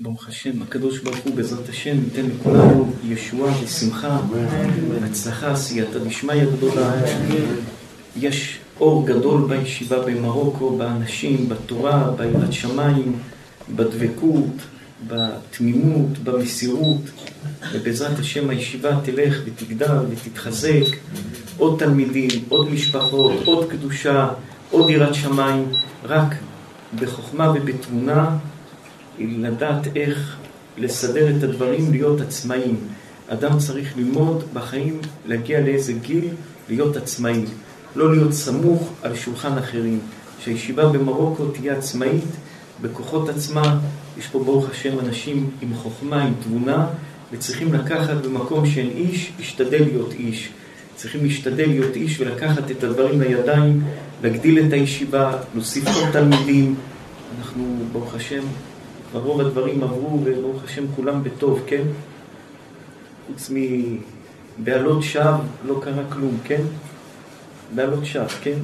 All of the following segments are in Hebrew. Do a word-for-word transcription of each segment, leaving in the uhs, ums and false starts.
ברוך השם, הקדוש ברוך הוא בעזרת השם ייתן לכולנו ישועה ושמחה, הצלחה, סייעתא דשמיא גדולה. יש אור גדול בישיבה במרוקו, באנשים, בתורה, ביראת שמיים, בדבקות, בתמימות, במסירות, ובעזרת השם הישיבה תלך ותגדל ותתחזק. עוד תלמידים, עוד משפחות, עוד קדושה, עוד יראת שמיים, רק בחוכמה ובתבונה, לדעת איך לסדר את הדברים, להיות עצמאים. אדם צריך ללמוד בחיים, להגיע לאיזה גיל, להיות עצמאי. לא להיות סמוך על שולחן אחרים. שהישיבה במרוקו תהיה עצמאית, בכוחות עצמה. יש פה ברוך השם אנשים עם חוכמה, עם תבונה, וצריכים לקחת במקום שאין איש, להשתדל להיות איש. צריכים להשתדל להיות איש ולקחת את הדברים לידיים, להגדיל את הישיבה, להוסיף עוד תלמידים. אנחנו, ברוך השם, ברוב הדברים עברו, וברוך השם כולם בטוב, כן? חוץ מבעלות שווא לא קרה כלום, כן? בעלות שווא, כן?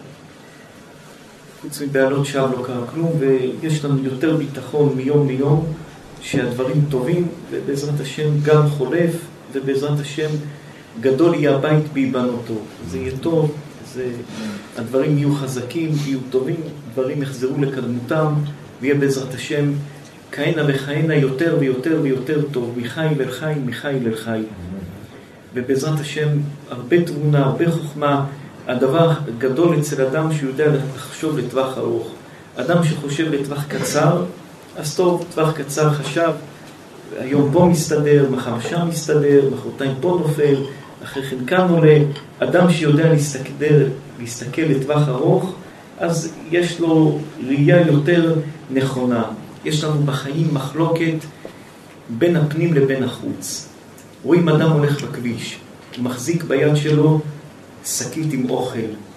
חוץ מבעלות שווא לא קרה כלום, ויש לנו יותר ביטחון מיום ליום שהדברים טובים, ובעזרת השם גם חולף, ובעזרת השם גדול יהיה הבית בהיבנותו. זה יהיה טוב, זה... הדברים יהיו חזקים, יהיו טובים, דברים יחזרו לקדמותם, ויהיה בעזרת השם כהנה וכהנה יותר ויותר ויותר טוב, מחיל אל חיל, מחיל אל חיל. ובעזרת השם הרבה תבונה, הרבה חוכמה. הדבר גדול אצל אדם שיודע לחשוב לטווח ארוך. אדם שחושב לטווח קצר, אז טוב, טווח קצר חשב, היום פה מסתדר, מחר שם מסתדר, מחרתיים פה נופל, אחרי כן כאן עולה. אדם שיודע להסתכל, להסתכל לטווח ארוך, אז יש לו ראייה יותר נכונה. יש לנו בחיים מחלוקת בין הפנים לבין החוץ. רואים אדם הולך בכביש, הוא מחזיק ביד שלו שקית עם אוכל.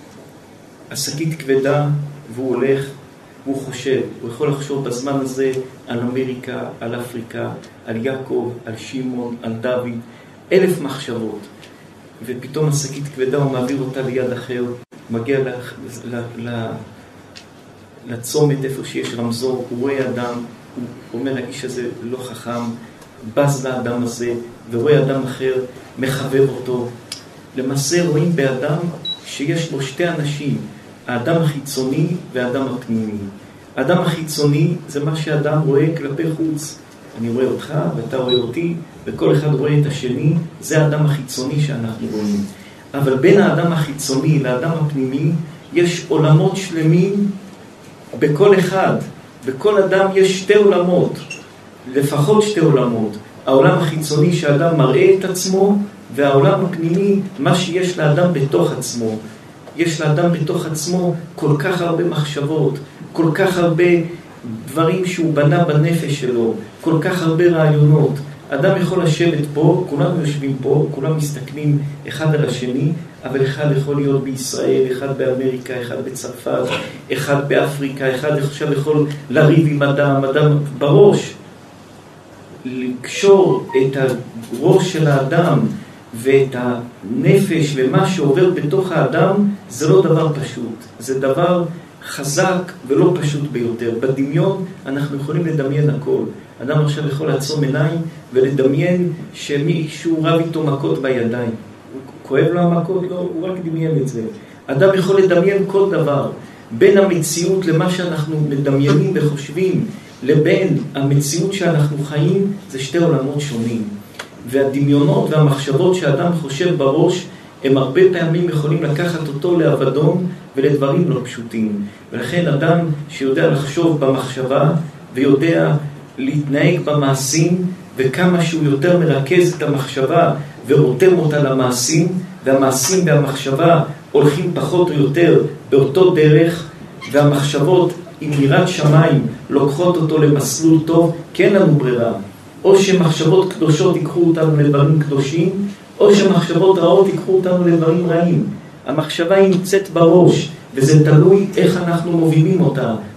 השקית כבדה והוא הולך, והוא חושב, הוא יכול לחשוב בזמן הזה על אמריקה, על אפריקה, על יעקב, על שמעון, על דוד, אלף מחשבות. ופתאום השקית כבדה הוא מעביר אותה ליד אחר, מגיע ל... ל... ל... לצומת איפה שיש רמזור, הוא רואה אדם, הוא אומר האיש הזה לא חכם, בז לאדם הזה, ורואה אדם אחר, מחבב אותו. למעשה רואים באדם שיש בו שתי אנשים, האדם החיצוני והאדם הפנימי. האדם החיצוני זה מה שאדם רואה כלפי חוץ. אני רואה אותך ואתה רואה אותי, וכל אחד רואה את השני, זה האדם החיצוני שאנחנו רואים. אבל בין האדם החיצוני לאדם הפנימי יש עולמות שלמים בכל אחד. בכל אדם יש שתי עולמות, לפחות שתי עולמות. העולם החיצוני שאדם מראה את עצמו, והעולם הפנימי, מה שיש לאדם בתוך עצמו. יש לאדם בתוך עצמו כל כך הרבה מחשבות, כל כך הרבה דברים שהוא בנה בנפש שלו, כל כך הרבה רעיונות. אדם יכול לשבת פה, כולנו יושבים פה, כולם מסתכלים אחד על השני, אבל אחד יכול להיות בישראל, אחד באמריקה, אחד בצרפת, אחד באפריקה, אחד עכשיו יכול לריב עם אדם, אדם בראש. לקשור את הראש של האדם ואת הנפש ומה שעובר בתוך האדם, זה לא דבר פשוט. זה דבר חזק ולא פשוט ביותר. בדמיון אנחנו יכולים לדמיין הכל. אדם עכשיו יכול לעצום עיניים ולדמיין שמישהו רב איתו מכות בידיים. הוא כואב לו המכות? לא, הוא רק דמיין את זה. אדם יכול לדמיין כל דבר. בין המציאות למה שאנחנו מדמיינים וחושבים, לבין המציאות שאנחנו חיים, זה שתי עולמות שונים. והדמיונות והמחשבות שאדם חושב בראש, הם הרבה פעמים יכולים לקחת אותו לאבדון ולדברים לא פשוטים. ולכן אדם שיודע לחשוב במחשבה ויודע להתנהג במעשים, וכמה שהוא יותר מרכז את המחשבה ורותם אותה למעשים, והמעשים והמחשבה הולכים פחות או יותר באותו דרך, והמחשבות עם יראת שמיים לוקחות אותו למסלול טוב, כן לנו ברירה. או שמחשבות קדושות ייקחו אותנו לדברים קדושים, או שמחשבות רעות ייקחו אותנו לדברים רעים. המחשבה היא נמצאת בראש, וזה תלוי איך אנחנו מובילים אותה.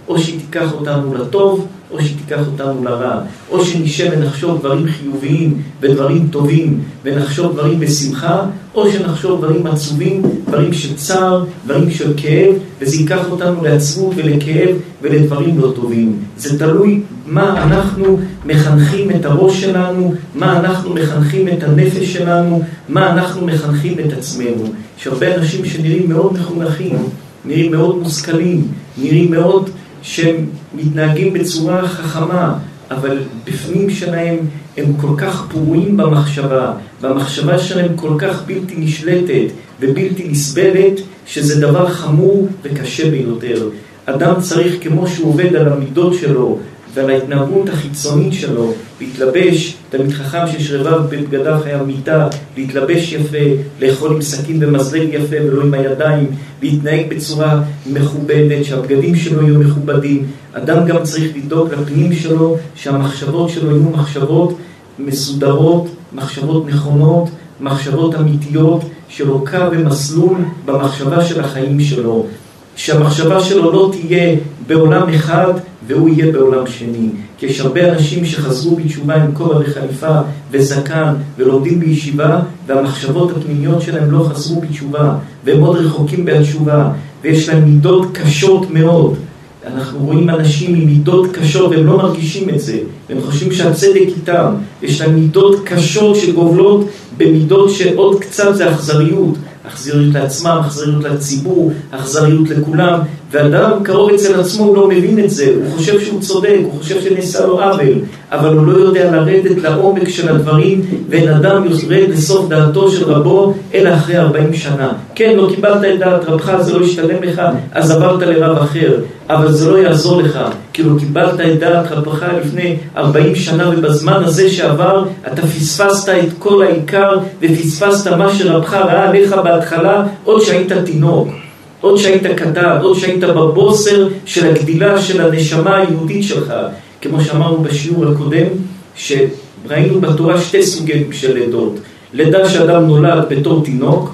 או שהיא תיקח אותנו לטוב, או שהיא תיקח אותנו לרע. או שנשב ונחשוב דברים חיוביים ודברים טובים, ונחשוב דברים בשמחה, או שנחשוב דברים עצובים, דברים של צער, דברים של כאב, וזה ייקח אותנו לעצבות ולכאב ולדברים לא טובים. זה תלוי מה אנחנו מחנכים את הראש שלנו, מה אנחנו מחנכים את הנפש שלנו, מה אנחנו מחנכים את עצמנו. יש הרבה אנשים שנראים מאוד מחונכים, נראים מאוד מושכלים, נראים מאוד שהם מתנהגים בצורה חכמה, אבל בפנים שלהם הם כל כך פרועים במחשבה, והמחשבה שלהם כל כך בלתי נשלטת ובלתי נסבלת, שזה דבר חמור וקשה ביותר. אדם צריך, כמו שהוא עובד על המידות שלו ועל ההתנהגות החיצונית שלו, להתלבש, תלמיד חכם ששרבב בבגדיו היה מיטה, להתלבש יפה, לאכול עם סכין ומזלג יפה ולא עם הידיים, להתנהג בצורה מכובדת, שהבגדים שלו יהיו מכובדים. אדם גם צריך לדאוג לפנים שלו, שהמחשבות שלו יהיו מחשבות מסודרות, מחשבות נכונות, מחשבות אמיתיות, שלו קו ומסלול במחשבה של החיים שלו. שהמחשבה שלו לא תהיה בעולם אחד והוא יהיה בעולם שני. כי יש הרבה אנשים שחזרו בתשובה עם כובע וחליפה וזקן ולומדים בישיבה, והמחשבות הפנימיות שלהם לא חזרו בתשובה, והם מאוד רחוקים בתשובה, ויש להם מידות קשות מאוד. אנחנו רואים אנשים עם מידות קשות והם לא מרגישים את זה, והם חושבים שהצדק איתם. יש להם מידות קשות שגובלות במידות שעוד קצת זה אכזריות, אכזריות לעצמם, אכזריות לציבור, אכזריות לכולם, ואדם קרוב אצל עצמו הוא לא מבין את זה, הוא חושב שהוא צודק, הוא חושב שנעשה לו עוול, אבל הוא לא יודע לרדת לעומק של הדברים, ואין אדם יורד לסוף דעתו של רבו אלא אחרי ארבעים שנה. כן, לא קיבלת את דעת רבך, זה לא ישתלם לך, אז עברת לרב אחר, אבל זה לא יעזור לך, כי לא קיבלת את דעת רבך לפני ארבעים שנה, ובזמן הזה שעבר אתה פספסת את כל העיקר, ופספסת מה שרבך ראה עליך בהתחלה, עוד שהיית תינוק, עוד שהיית קטן, עוד שהיית בבוסר של הגדילה של הנשמה היהודית שלך. כמו שאמרנו בשיעור הקודם, שראינו בתורה שתי סוגים של לידות. לידה שאדם נולד בתור תינוק,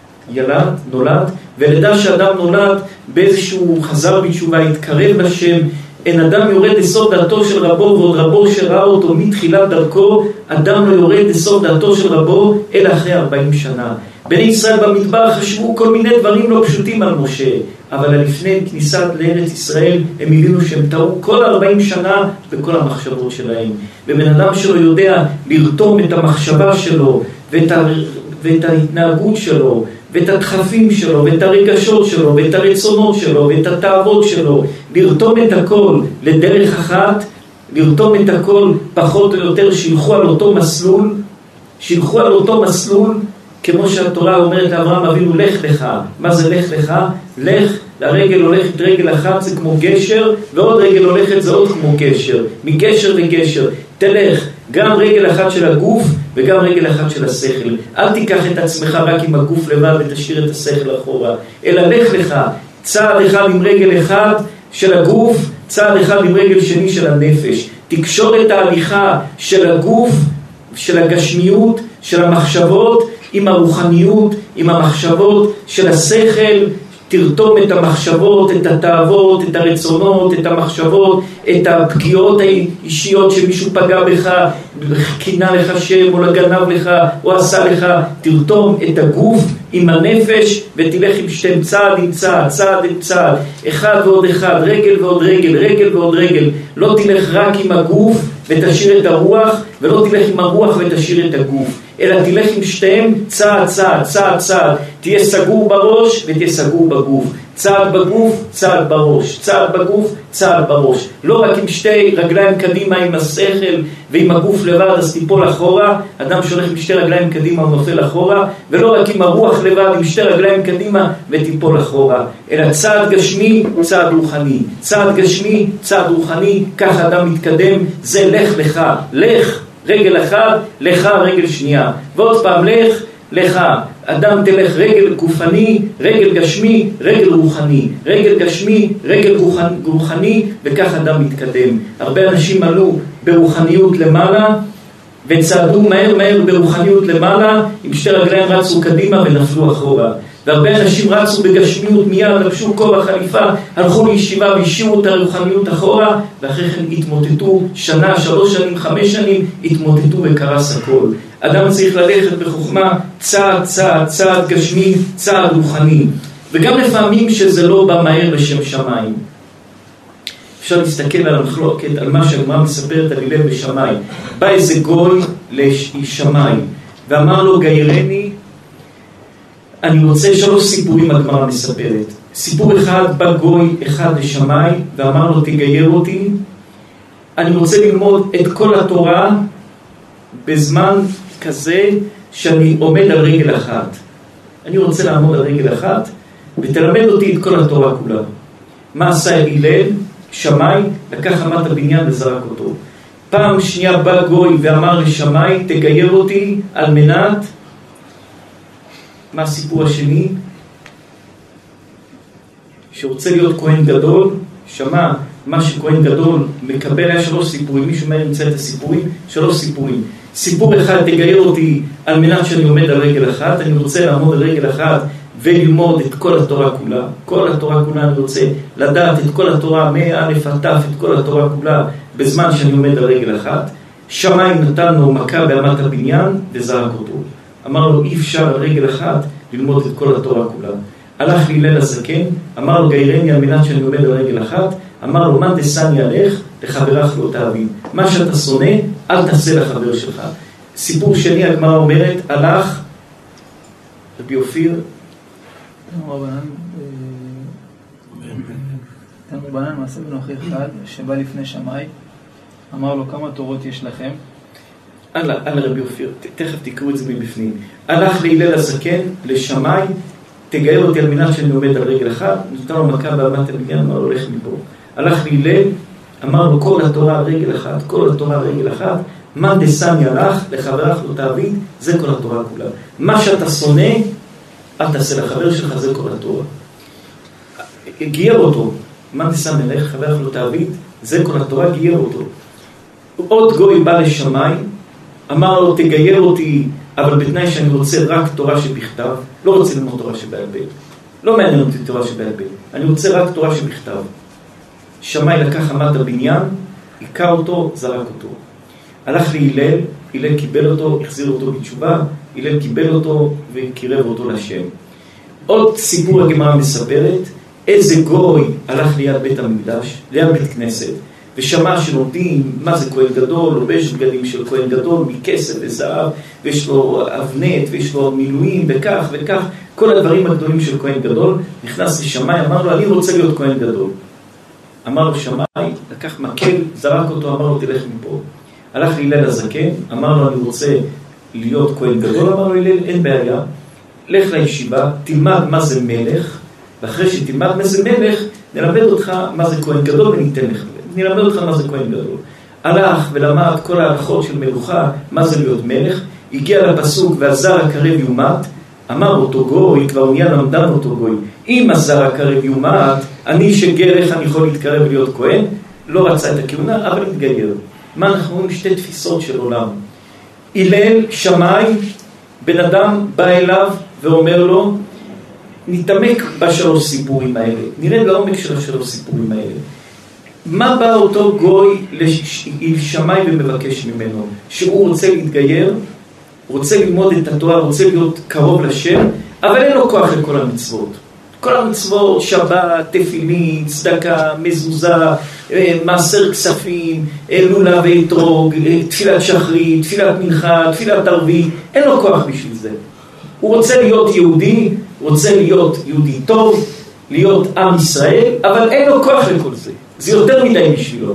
ילד, נולד, ולידה שאדם נולד באיזשהו חזר בתשובה, התקרב לשם. אין אדם יורד לסוף דעתו של רבו, ועוד רבו שראה אותו מתחילת דרכו, אדם לא יורד לסוף דעתו של רבו אלא אחרי ארבעים שנה. בני ישראל במדבר חשבו כל מיני דברים לא פשוטים על משה, אבל לפני כניסת לארץ ישראל הם הבינו שהם טעו כל ארבעים שנה בכל המחשבות שלהם. ובן אדם שלו יודע לרתום את המחשבה שלו ואת, ה... ואת ההתנהגות שלו ואת הדחפים שלו ואת הרגשות שלו ואת הרצונות שלו ואת התאוות שלו, לרתום את הכל לדרך אחת, לרתום את הכל פחות או יותר, שילכו על אותו מסלול, שילכו על אותו מסלול, כמו שהתורה אומרת לאברהם אבינו, לך לך. מה זה לך לך? לך, הרגל הולכת רגל אחת זה כמו גשר, ועוד רגל הולכת זה עוד כמו גשר, מגשר לגשר. תלך, גם רגל אחת של הגוף וגם רגל אחת של השכל. אל תיקח את עצמך רק עם הגוף לבד ותשאיר את השכל אחורה, אלא לך לך, צעד אחד עם רגל אחד של הגוף, צעד אחד עם רגל שני של הנפש. תקשור את ההליכה של הגוף, של הגשמיות, של המחשבות, עם הרוחניות, עם המחשבות של השכל. תרתום את המחשבות, את התאוות, את הרצונות, את המחשבות, את הפגיעות האישיות שמישהו פגע בך, קינה לך שם או לגנב לך או עשה לך. תרתום את הגוף עם הנפש ותלך עם שתיים, צעד עם צעד, צעד עם צעד, אחד ועוד אחד, רגל ועוד רגל, רגל ועוד רגל. לא תלך רק עם הגוף ותשאיר את הרוח, ולא תלך עם הרוח ותשאיר את הגוף, אלא תלך עם שתיהם צעד צעד, צעד צעד. תהיה סגור בראש ותהיה סגור בגוף. צעד בגוף, צעד בראש, צעד בגוף, צעד בראש. לא רק עם שתי רגליים קדימה עם השכל ועם הגוף לבד אז תיפול אחורה. אדם שהולך עם שתי רגליים קדימה הוא נופל אחורה, ולא רק עם הרוח לבד עם שתי רגליים קדימה ותיפול אחורה, אלא צעד גשמי, צעד רוחני, צעד גשמי, צעד רוחני. כך אדם מתקדם. זה לך לך, לך רגל אחד, לך רגל שנייה, ועוד פעם לך לך. אדם תלך רגל גופני, רגל גשמי, רגל רוחני, רגל גשמי, רגל רוחני, וכך אדם מתקדם. הרבה אנשים עלו ברוחניות למעלה וצעדו מהר מהר ברוחניות למעלה, עם שתי רגליים רצו קדימה ונפלו אחורה. והרבה אנשים רצו בגשמיות מיד, לבשו כובע חליפה, הלכו לישיבה והשאירו את הרוחניות אחורה, ואחרי כן התמוטטו שנה, שלוש שנים, חמש שנים, התמוטטו וקרס הכל. אדם צריך ללכת בחוכמה צעד צעד, צעד גשמי, צעד רוחני. וגם לפעמים שזה לא בא מהר לשם שמיים. אפשר להסתכל על המחלוקת, על מה שהגמרא מספרת על הלל ושמאי. בא איזה גוי לשמאי, ואמר לו, גיירני, אני רוצה שלוש סיפורים הגמרא מספרת. סיפור אחד, בא גוי אחד לשמאי, ואמר לו, תגייר אותי, אני רוצה ללמוד את כל התורה בזמן כזה שאני עומד על רגל אחת. אני רוצה לעמוד על רגל אחת, ותלמד אותי את כל התורה כולה. מה עשה הלל? שמאי לקח אמת הבניין וזרק אותו. פעם שנייה בא גוי ואמר לשמאי, תגייר אותי על מנת, מה הסיפור השני? שרוצה להיות כהן גדול, שמע מה שכהן גדול מקבל, היה שלוש סיפורים, מישהו מה נמצא את הסיפורים? שלוש סיפורים. סיפור אחד, תגייר אותי על מנת שאני עומד על רגל אחת, אני רוצה לעמוד על רגל אחת וללמוד את כל התורה כולה. כל התורה כולה אני רוצה לדעת את כל התורה, מא' עד ת', את כל התורה כולה, בזמן שאני עומד על רגל אחת. שמאי נתן לו מכה באמת הבניין וזרק אותו. אמר לו, אי אפשר על רגל אחת ללמוד את כל התורה כולה. הלך להלל הזקן, אמר לו, גיירני על מנת שאני עומד על רגל אחת. אמר לו, מן דשניא עליך, לחברך לא תאהבים. מה שאתה שונא, אל תעשה לחבר שלך. סיפור שני, הגמרא אומרת, הלך רבי אופיר, תן רבנן מעשה בנוכחי אחד שבא לפני שמאי, אמר לו, כמה תורות יש לכם? הלאה, הלאה רבי אופיר, תכף תקראו את זה מבפנים. הלך להלל הזקן לשמאי, תגייר אותי על מנת שאני עומד על רגל אחת, נתן לו מכה באמת הבניין, אמר לו, הולך מפה. הלך להלל, אמר לו, כל התורה על רגל אחת, כל התורה על רגל אחת, מן דשניא עליך, לחברך לא תאהבים, זה כל התורה כולה. מה שאתה שונא, אל תעשה לחבר שלך, זה כל התורה. גייר אותו, מן דשניא עליך, חברך לא תאהבים, זה כל התורה, גייר אותו. עוד גוי בא לשמאי, אמר לו, תגייר אותי, אבל בתנאי שאני רוצה רק תורה שבכתב, לא רוצה ללמוד תורה שבעל פה. לא מעניין אותי תורה שבעל פה, אני רוצה רק תורה שבכתב. שמאי לקח אמת הבניין, עיקר אותו, זרק אותו. הלך להלל, הלל קיבל אותו, החזיר אותו בתשובה, הלל קיבל אותו וקירב אותו לשם. עוד סיפור הגמרא מספרת, איזה גוי הלך ליד בית המקדש, ליד בית כנסת, ושמע שלומדים מה זה כהן גדול, לובש בגדים של כהן גדול, מכסף וזהב, ויש לו אבנט, ויש לו מילואים, וכך וכך, כל הדברים הגדולים של כהן גדול. נכנס לשמאי, אמר לו, אני רוצה להיות כהן גדול. אמר לו שמאי, לקח מקל, זרק אותו, אמר לו, תלך מפה. הלך להלל הזקן, אמר לו, אני רוצה להיות כהן גדול, אמר לו, הלל, אין בעיה, לך לישיבה, תלמד מה זה מלך, ואחרי שתלמד מה זה מלך, נלמד אותך מה זה כהן גדול וניתן לך. נלמד אותך מה זה כהן גדול. הלך ולמד כל ההלכות של מלוכה, מה זה להיות מלך, הגיע לפסוק, והזר הקרב יומת, אמר אותו גוי, כבר נהיה למדן אותו גוי, אם הזר הקרב יומת, אני שגר, איך אני יכול להתקרב ולהיות כהן? לא רצה את הכהונה, אבל התגייר. מה אנחנו רואים? שתי תפיסות של עולם. הלל, שמאי, בן אדם בא אליו ואומר לו, נתעמק בשלוש סיפורים האלה, נרד לעומק של השלוש סיפורים האלה. מה בא אותו גוי לשמאי ומבקש ממנו? שהוא רוצה להתגייר, רוצה ללמוד את התורה, רוצה להיות קרוב לשם, אבל אין לו כוח לכל המצוות. כל המצוות, שבת, תפילין, צדקה, מזוזה, מעשר כספים, לולה ואתרוג, תפילת שחרית, תפילת מנחה, תפילת ערבית, אין לו כוח בשביל זה. הוא רוצה להיות יהודי, רוצה להיות יהודי טוב, להיות עם ישראל, אבל אין לו כוח לכל זה. זה יותר מדי בשבילו.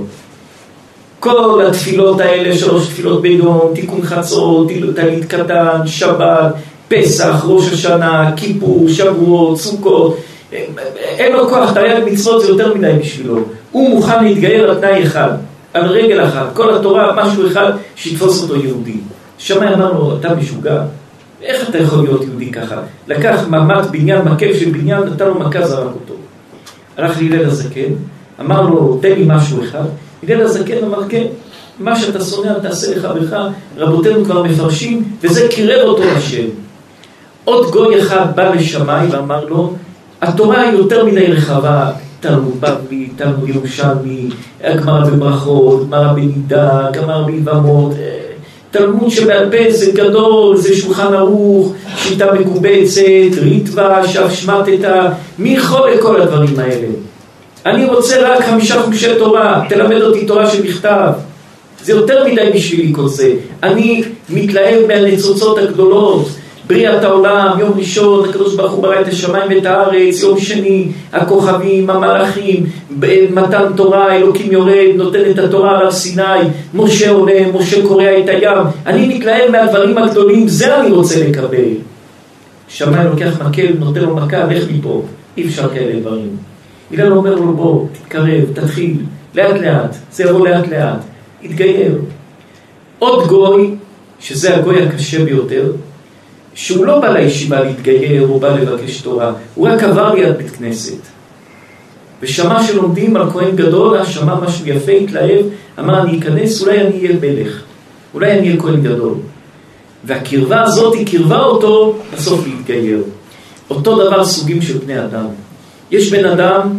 כל התפילות האלה, שלוש תפילות ביום, תיקון חצות, תענית קטן, שבת, פסח, ראש השנה, כיפור, שבועות, סוכות, אין לו כוח, תרי"ג מצוות זה יותר מדי בשבילו. הוא מוכן להתגייר על תנאי אחד, על רגל אחת, כל התורה, משהו אחד שיתפוס אותו יהודי. שמאי אמר לו, אתה משוגע? איך אתה יכול להיות יהודי ככה? לקח ממש בניין, מקל של בניין, נתן לו מכה, זרק אותו. הלך להלל הזקן, אמר לו, תן לי משהו אחד. הלל הזקן אמר, כן, מה שאתה שונא, תעשה לחברך, רבותינו כבר מפרשים, וזה קירב אותו לשם. עוד גוי אחד בא לשמאי ואמר לו, התורה היא יותר מדי רחבה, תלמוד בבלי, תלמוד ירושלמי, הגמרא בברכות, גמרא בנידה, גמרא ביבמות, תלמוד שבעל פה זה גדול, זה שולחן ערוך, שיטה מקובצת, ריטווה, שב שמטתה, מי יכול לכל הדברים האלה? אני רוצה רק חמישה חומשי תורה, תלמד אותי תורה שבכתב. זה יותר מדי בשבילי כל זה. אני מתלהב מהניצוצות הגדולות, בריאת העולם, יום ראשון, הקדוש ברוך הוא ברא את השמיים ואת הארץ, יום שני, הכוכבים, המלאכים, מתן תורה, אלוקים יורד, נותן את התורה על סיני, משה עולה, משה קורע את הים. אני מתלהב מהדברים הגדולים, זה אני רוצה לקבל. שמאי לוקח מקל, נותן לו מכה, לך מפה. אי אפשר כאלה דברים. הלל אומר לו, בוא, תתקרב, תתחיל, לאט לאט, זה יבוא לאט לאט, יתגייר. עוד גוי, שזה הגוי הקשה ביותר, שהוא לא בא לישיבה להתגייר, הוא בא לבקש תורה, הוא רק עבר ליד בית כנסת. ושמע שלומדים על כהן גדול, שמע משהו יפה, התלהב, אמר אני אכנס, אולי אני אהיה מלך, אולי אני אהיה כהן גדול. והקרבה הזאת היא קרבה אותו בסוף להתגייר. אותו דבר סוגים של בני אדם. יש בן אדם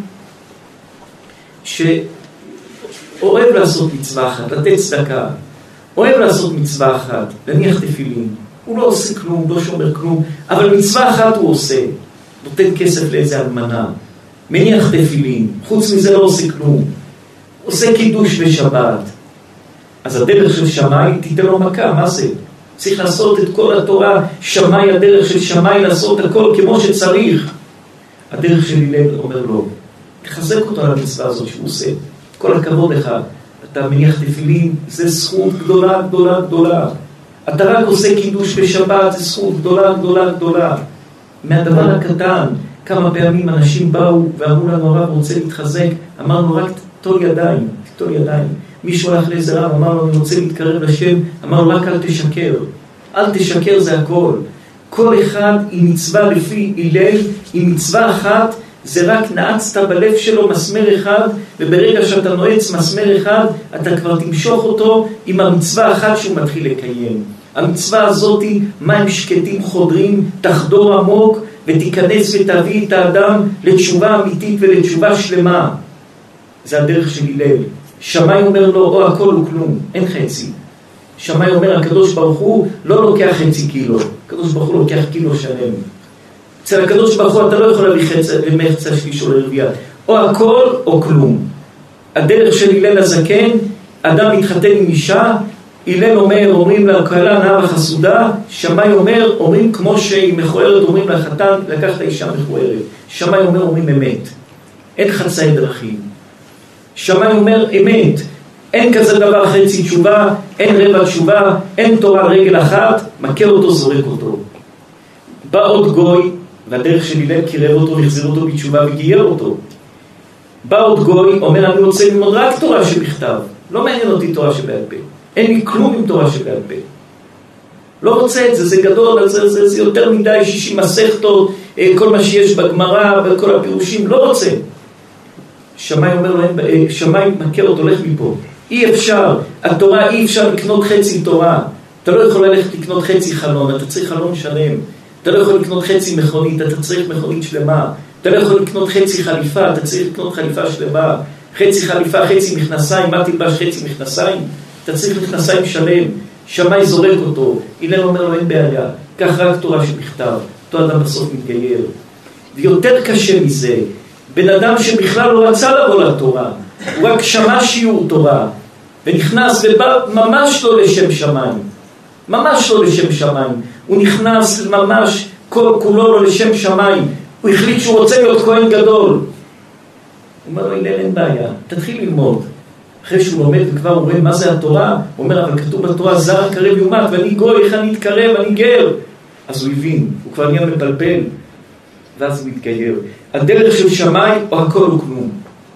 שאוהב לעשות מצווה אחת, לתת צדקה, אוהב לעשות מצווה אחת, להניח תפילין. הוא לא עושה כלום, לא שומר כלום, אבל מצווה אחת הוא עושה. נותן כסף לאיזה אלמנה, מניח תפילין, חוץ מזה לא עושה כלום. עושה קידוש בשבת. אז הדרך של שמאי תיתן לו מכה, מה זה? צריך לעשות את כל התורה, שמאי, הדרך של שמאי לעשות הכל כמו שצריך. הדרך של הלל אומר לו, תחזק אותו על המצווה הזאת שהוא עושה. כל הכבוד לך, אתה מניח תפילין, זה זכות גדולה, גדולה, גדולה. אתה רק עושה קידוש בשבת, זה זכות גדולה, גדולה, גדולה. מהדבר הקטן, כמה פעמים אנשים באו ואמרו לנו, הרב רוצה להתחזק, אמרנו רק תטול ידיים, תטול ידיים. מישהו הלך לאיזה רב, אמר לו, אני רוצה להתקרב לשם, אמר לו, רק אל תשקר. אל תשקר, זה הכל. כל אחד עם מצווה לפי הלל, עם מצווה אחת, זה רק נעצת בלב שלו מסמר אחד, וברגע שאתה נועץ מסמר אחד, אתה כבר תמשוך אותו עם המצווה אחת שהוא מתחיל לקיים. המצווה הזאת היא מים שקטים חודרים, תחדור עמוק, ותיכנס ותביא את האדם לתשובה אמיתית ולתשובה שלמה. זה הדרך של הלל. שמאי אומר לו, או הכל או כלום, אין חצי. שמאי אומר, הקדוש ברוך הוא לא לוקח חצי קילו, הקדוש ברוך הוא לוקח קילו שלם. אצל הקדוש ברוך הוא אתה לא יכול להביא חצה למחצה שליש או לרביעה, או הכל או כלום. הדרך של הלל הזקן, אדם מתחתן עם אישה, הלל אומר, אומרים לה, קהלה נאה וחסודה, שמאי אומר, אומרים כמו שהיא מכוערת, אומרים לחתן, לקח את האישה מכוערת. שמאי אומר, אומרים אמת. אין חצאי דרכים. שמאי אומר אמת. אין כזה דבר חצי תשובה, אין רבע תשובה, אין תורה על רגל אחת, מכיר אותו, זורק אותו. בא עוד גוי, והדרך של הלל קירב אותו, החזיר אותו בתשובה וגייר אותו. בא עוד גוי, אומר, אני רוצה ללמוד רק תורה שבכתב. לא מעניין אותי תורה שבעל פה. אין לי כלום עם תורה שבעל פה. לא רוצה את זה, זה גדול, זה, זה, זה יותר מדי, שישים מסכתות, כל מה שיש בגמרא, וכל הפירושים, לא רוצה. שמאי אומר לו, שמאי מכיר אותו, הולך מפה. אי אפשר, התורה אי אפשר לקנות חצי תורה. אתה לא יכול ללכת לקנות חצי חלון, אתה צריך חלון שלם. אתה לא יכול לקנות חצי מכונית, אתה צריך מכונית שלמה. אתה לא יכול לקנות חצי חליפה, אתה צריך לקנות חליפה שלמה. חצי חליפה, חצי מכנסיים, מה תלבש חצי מכנסיים? אתה צריך מכנסיים שלם. שמאי זורק אותו, הלל אומר לו אין בעיה, כך רק תורה שבכתב, אותו אדם בסוף מתגייר. ויותר קשה מזה, בן אדם שבכלל לא רצה לבוא לתורה, הוא רק שמע שיעור תורה, ונכנס ובא ממש לא לשם שמיים, ממש לא לשם שמיים, הוא נכנס ממש כל כולו לא לשם שמיים, הוא החליט שהוא רוצה להיות כהן גדול. הוא אומר לו, הלל אין בעיה, תתחיל ללמוד. אחרי שהוא לומד וכבר הוא רואה מה זה התורה, הוא אומר, אבל כתוב בתורה, זר קרב יומת, ואני גוי, איך אני אתקרב, אני גר. אז הוא הבין, הוא כבר נהיה מפלפל, ואז הוא מתגייר. הדרך של שמאי, או הכל או כלום.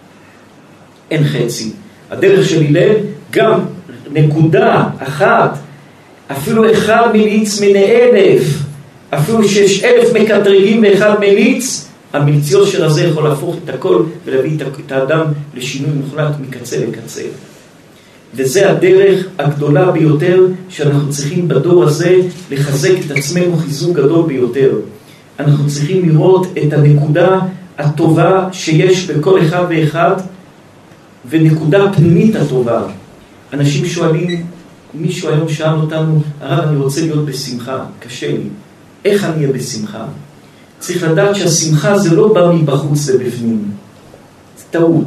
אין חצי. הדרך של הלל, גם נקודה אחת, אפילו אחד מליץ מני אלף, אפילו שיש אלף מקטרגים ואחד מליץ, המליץ יושר הזה יכול להפוך את הכל ולהביא את האדם לשינוי מוחלט מקצה לקצה. וזה הדרך הגדולה ביותר שאנחנו צריכים בדור הזה לחזק את עצמנו חיזוק גדול ביותר. אנחנו צריכים לראות את הנקודה הטובה שיש בכל אחד ואחד, ונקודה פנימית הטובה. אנשים שואלים, מישהו היום שאל אותנו, הרב, אני רוצה להיות בשמחה, קשה לי. איך אני אהיה בשמחה? צריך לדעת שהשמחה זה לא בא מבחוץ, זה בפנים. זה טעות.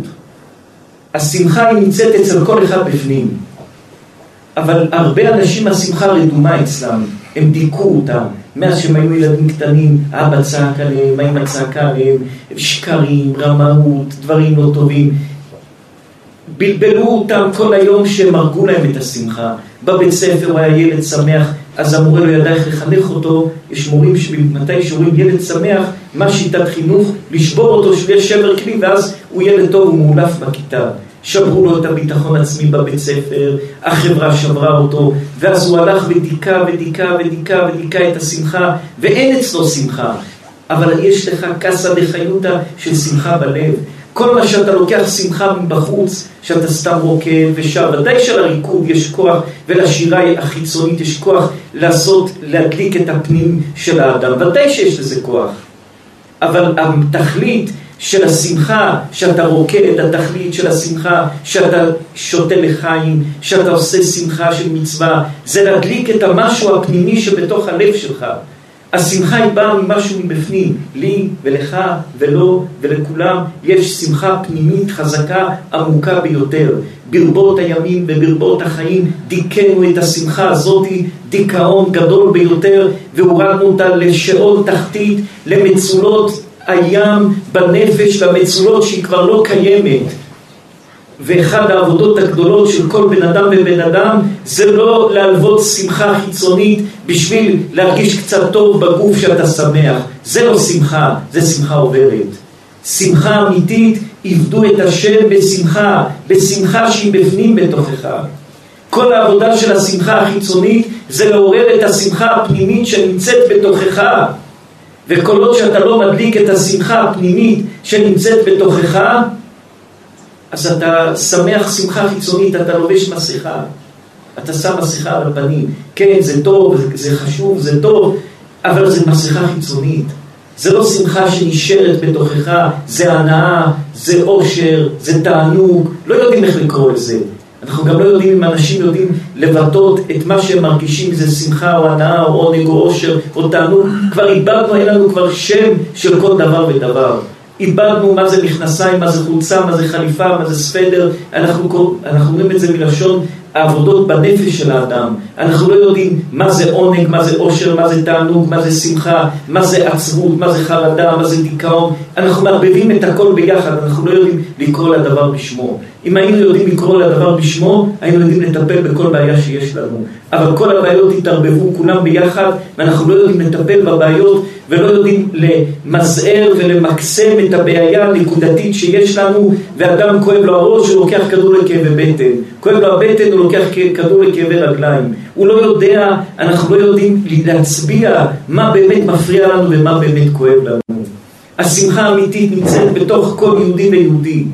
השמחה היא נמצאת אצל כל אחד בפנים. אבל הרבה אנשים השמחה רדומה אצלם. הם דיכאו אותם. מאז שהם היו ילדים קטנים, אבא צעק עליהם, אמא צעקה עליהם, שקרים, רמאות, דברים לא טובים. בלבלו אותם כל היום שהם הרגו להם את השמחה. בבית ספר הוא היה ילד שמח, אז המורה לא ידע איך לחנך אותו. יש מורים שמתי שאומרים ילד שמח, מה שיטת חינוך? לשבור אותו שיהיה שבר כלי, ואז הוא ילד טוב ומאולף בכיתה. שברו לו את הביטחון עצמי בבית ספר, החברה שברה אותו, ואז הוא הלך ודיכה ודיכה ודיכה ודיכה את השמחה, ואין אצלו שמחה. אבל יש לך קסה דחיותא של שמחה בלב. כל מה שאתה לוקח שמחה מבחוץ, שאתה סתם רוקד ושר, ודאי שלריקוד יש כוח, ולשירה החיצונית יש כוח לעשות, להדליק את הפנים של האדם, ודאי שיש לזה כוח. אבל התכלית של השמחה שאתה רוקד, התכלית של השמחה שאתה שותה לחיים, שאתה עושה שמחה של מצווה, זה להדליק את המשהו הפנימי שבתוך הלב שלך. השמחה היא באה ממשהו מבפנים, לי ולך ולא ולכולם יש שמחה פנימית חזקה עמוקה ביותר. ברבות הימים וברבות החיים דיכאנו את השמחה הזאת, דיכאון גדול ביותר, והורדנו אותה לשאול תחתית, למצולות הים בנפש, למצולות שהיא כבר לא קיימת. ואחד העבודות הגדולות של כל בן אדם ובן אדם זה לא להלוות שמחה חיצונית בשביל להרגיש קצת טוב בגוף שאתה שמח. זה לא שמחה, זה שמחה עוברת. שמחה אמיתית, עבדו את השם בשמחה, בשמחה שהיא בפנים בתוכך. כל העבודה של השמחה החיצונית זה לעורר את השמחה הפנימית שנמצאת בתוכך. וכל עוד שאתה לא מדליק את השמחה הפנימית שנמצאת בתוכך, אז אתה שמח שמחה חיצונית, אתה לובש מסכה. אתה שם מסכה על הפנים. כן, זה טוב, זה חשוב, זה טוב, אבל זה מסכה חיצונית. זה לא שמחה שנשארת בתוכך, זה הנאה, זה אושר, זה תענוג. לא יודעים איך לקרוא לזה. אנחנו גם לא יודעים אם אנשים יודעים לבטאות את מה שהם מרגישים, זה שמחה או הנאה או עונג או אושר או תענוג. כבר איבדנו, אין לנו כבר שם של כל דבר ודבר. איבדנו מה זה מכנסיים, מה זה חולצה, מה זה חליפה, מה זה ספדר. אנחנו, אנחנו אומרים את זה מלשון העבודות בנפש של האדם. אנחנו לא יודעים מה זה עונג, מה זה אושר, מה זה תענוג, מה זה שמחה, מה זה עצבות, מה זה חרדה, מה זה דיכאון. אנחנו מערבבים את הכל ביחד, אנחנו לא יודעים לקרוא לדבר בשמו. אם היינו יודעים לקרוא לדבר בשמו, היינו יודעים לטפל בכל בעיה שיש לנו. אבל כל הבעיות התערבבו כולם ביחד, ואנחנו לא יודעים לטפל בבעיות, ולא יודעים למזער ולמקסם את הבעיה הנקודתית שיש לנו. ואדם כואב לו הראש, הוא לוקח כדור לכאבי בטן. כואב לו הבטן, הוא לוקח כדור לכאבי רגליים. הוא לא יודע, אנחנו לא יודעים להצביע מה באמת מפריע לנו ומה באמת כואב לנו. השמחה האמיתית נמצאת בתוך כל יהודי ויהודי.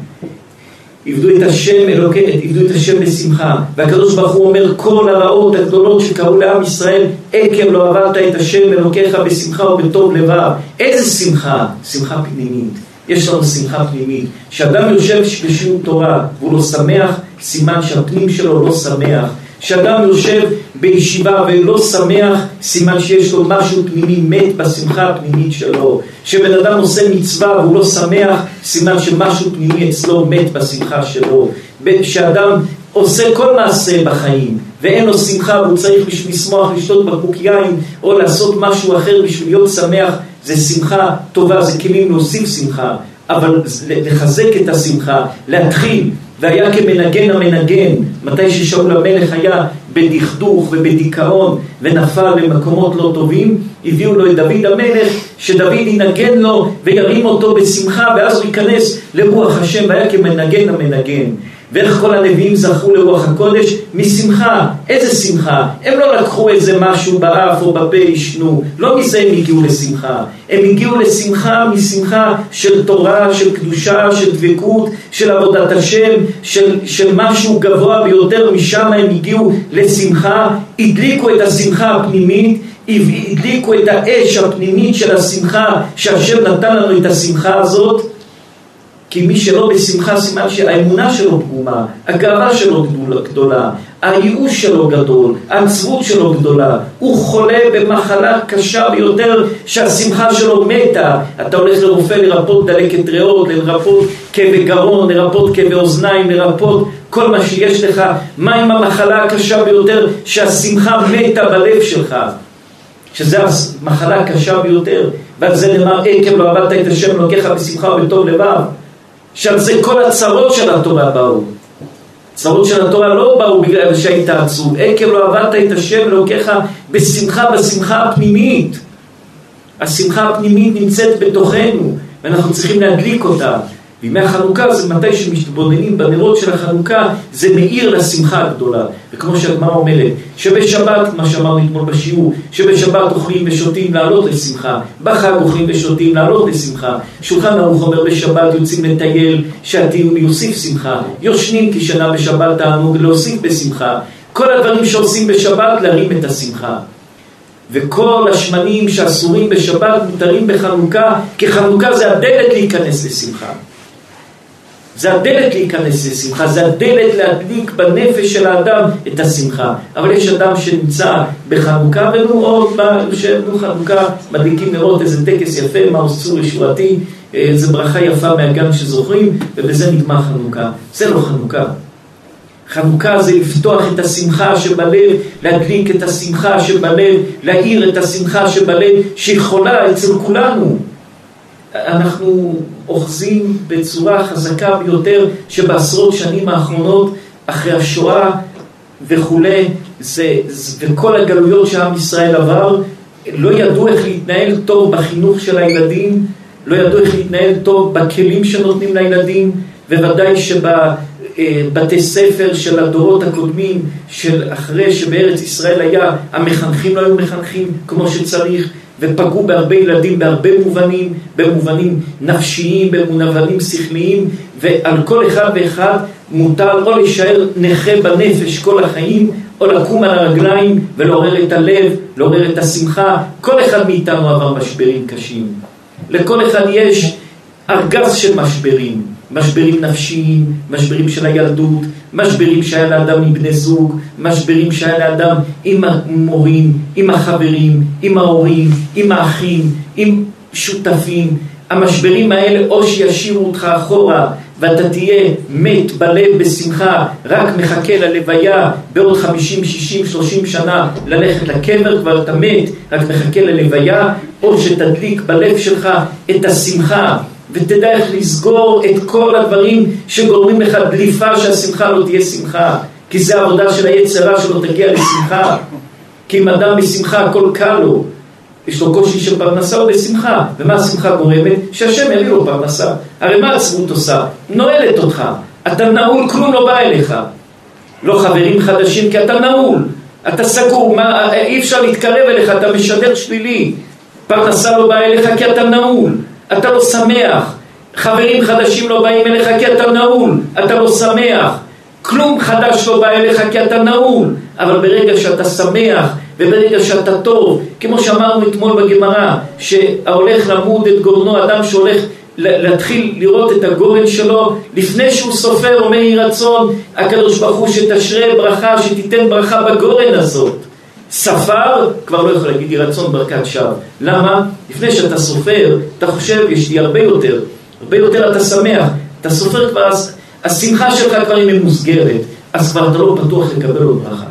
עבדו את השם אלוקי, עבדו את השם בשמחה. והקדוש ברוך הוא אומר, כל הרעות הגדולות שקראו לעם ישראל, עקב לא עברת את השם אלוקיך בשמחה ובטוב לבב. איזה שמחה? שמחה פנימית. יש לנו שמחה פנימית. שאדם יושב בשיעור תורה והוא לא שמח, סימן שהפנים שלו לא שמח. שאדם יושב בישיבה ולא שמח, סימן שיש לו משהו פנימי מת בשמחה הפנימית שלו. שבן אדם עושה מצווה והוא לא שמח, סימן שמשהו פנימי אצלו מת בשמחה שלו. שאדם עושה כל מעשה בחיים ואין לו שמחה והוא צריך בשביל לשמוח, לשתות בקבוק יין או לעשות משהו אחר בשביל להיות שמח, זה שמחה טובה, זה כלים להוסיף שמחה. אבל לחזק את השמחה, להתחיל. והיה כמנגן המנגן, מתי ששאול המלך היה בדכדוך ובדיכאון ונפל למקומות לא טובים, הביאו לו את דוד המלך, שדוד ינגן לו וירים אותו בשמחה, ואז הוא ייכנס לרוח השם, והיה כמנגן המנגן. ואיך כל הנביאים זכו לרוח הקודש? משמחה. איזה שמחה? הם לא לקחו איזה משהו באף או בפה ישנו, לא מזה הם הגיעו לשמחה. הם הגיעו לשמחה משמחה של תורה, של קדושה, של דבקות, של עבודת השם, של, של משהו גבוה ביותר. משם הם הגיעו לשמחה, הדליקו את השמחה הפנימית, הדליקו את האש הפנימית של השמחה, שהשם נתן לנו את השמחה הזאת. כי מי שלא בשמחה, סימן שהאמונה שלו פגומה, הגאווה שלו גדולה, הייאוש שלו גדול, העצבות שלו גדולה, הוא חולה במחלה קשה ביותר שהשמחה שלו מתה. אתה הולך לרופא לרפות דלקת ריאות, לרפות כאבי גרון, לרפות כאבי אוזניים, לרפות כל מה שיש לך. מה עם המחלה הקשה ביותר שהשמחה מתה בלב שלך, שזה המחלה הקשה ביותר? ועל זה נאמר, עקב לא עבדת את השם אלוקיך בשמחה ובטוב לבב. שעל זה כל הצרות של התורה באו. הצרות של התורה לא באו בגלל שהיית עצוב, עקב לא עבדת את השם אלוקיך בשמחה, בשמחה הפנימית. השמחה הפנימית נמצאת בתוכנו, ואנחנו צריכים להדליק אותה. בימי החנוכה זה מתי שמתבוננים בנרות של החנוכה, זה מאיר לשמחה הגדולה. וכמו שהגמרא אומרת, שבשבת, מה שאמרנו אתמול בשיעור, שבשבת אוכלים ושותים לעלות לשמחה, בחג אוכלים ושותים לעלות לשמחה. שולחן ערוך אומר בשבת יוצאים לטייל, שהטיול יוסיף שמחה, יושנים כשנה בשבת תענוג להוסיף בשמחה. כל הדברים שעושים בשבת להרים את השמחה. וכל השמנים שאסורים בשבת מותרים בחנוכה, כי חנוכה זה הדלת להיכנס לשמחה. זה הדלת להיכנס לשמחה, זה הדלת להדליק בנפש של האדם את השמחה. אבל יש אדם שנמצא בחנוכה, ונו עוד מה, שבנו חנוכה, מדליקים נרות, איזה טקס יפה, מעוז צור ישועתי, איזה ברכה יפה מהגן שזוכרים, ובזה נגמר חנוכה. זה לא חנוכה. חנוכה זה לפתוח את השמחה שבלב, להדליק את השמחה שבלב, להאיר את השמחה שבלב, שיכולה אצל כולנו. אנחנו אוחזים בצורה חזקה ביותר שבעשרות שנים האחרונות אחרי השואה וכו', זה, וכל הגלויות שעם ישראל עבר, לא ידעו איך להתנהל טוב בחינוך של הילדים, לא ידעו איך להתנהל טוב בכלים שנותנים לילדים, וודאי שבבתי ספר של הדורות הקודמים, של אחרי שבארץ ישראל היה, המחנכים לא היו מחנכים כמו שצריך, ופגעו בהרבה ילדים בהרבה מובנים, במובנים נפשיים, במובנים שכליים, ועל כל אחד ואחד מוטל או להישאר נכה בנפש כל החיים, או לקום על הרגליים ולעורר את הלב, לעורר את השמחה. כל אחד מאיתנו עבר משברים קשים. לכל אחד יש ארגז של משברים, משברים נפשיים, משברים של הילדות, משברים שהיה לאדם עם בני זוג, משברים שהיה לאדם עם המורים, עם החברים, עם ההורים, עם האחים, עם שותפים. המשברים האלה או שישירו אותך אחורה ואתה תהיה מת בלב בשמחה, רק מחכה ללוויה בעוד חמישים, שישים, שלושים שנה ללכת לקבר, כבר אתה מת, רק מחכה ללוויה, או שתדליק בלב שלך את השמחה ותדע איך לסגור את כל הדברים שגורמים לך דליפה, שהשמחה לא תהיה שמחה, כי זה העבודה של היצר הרע שלא תגיע לשמחה. כי אם אדם בשמחה הכל קל לו, יש לו קושי של פרנסה או בשמחה. ומה השמחה גורמת? שהשם יביא לו פרנסה. הרי מה עצמות עושה? נועלת אותך, אתה נעול, כלום לא בא אליך, לא חברים חדשים כי אתה נעול, אתה סגור, מה, אי אפשר להתקרב אליך, אתה משדר שלילי. פרנסה לא בא אליך כי אתה נעול, אתה לא שמח. חברים חדשים לא באים אליך כי אתה נעול, אתה לא שמח. כלום חדש לא בא אליך כי אתה נעול. אבל ברגע שאתה שמח וברגע שאתה טוב, כמו שאמרנו אתמול בגמרא, שהולך למוד את גורנו, אדם שהולך להתחיל לראות את הגורן שלו לפני שהוא סופר, אומר יהי רצון הקדוש ברוך הוא שתשרה ברכה, שתיתן ברכה בגורן הזאת. ספר כבר לא יכול להגיד יהי רצון ברכת שווא. למה? לפני שאתה סופר אתה חושב יש לי הרבה יותר, הרבה יותר אתה שמח, אתה סופר כבר, השמחה שלך כבר היא ממוסגרת, אז כבר אתה לא פתוח לקבל עוד ברכה,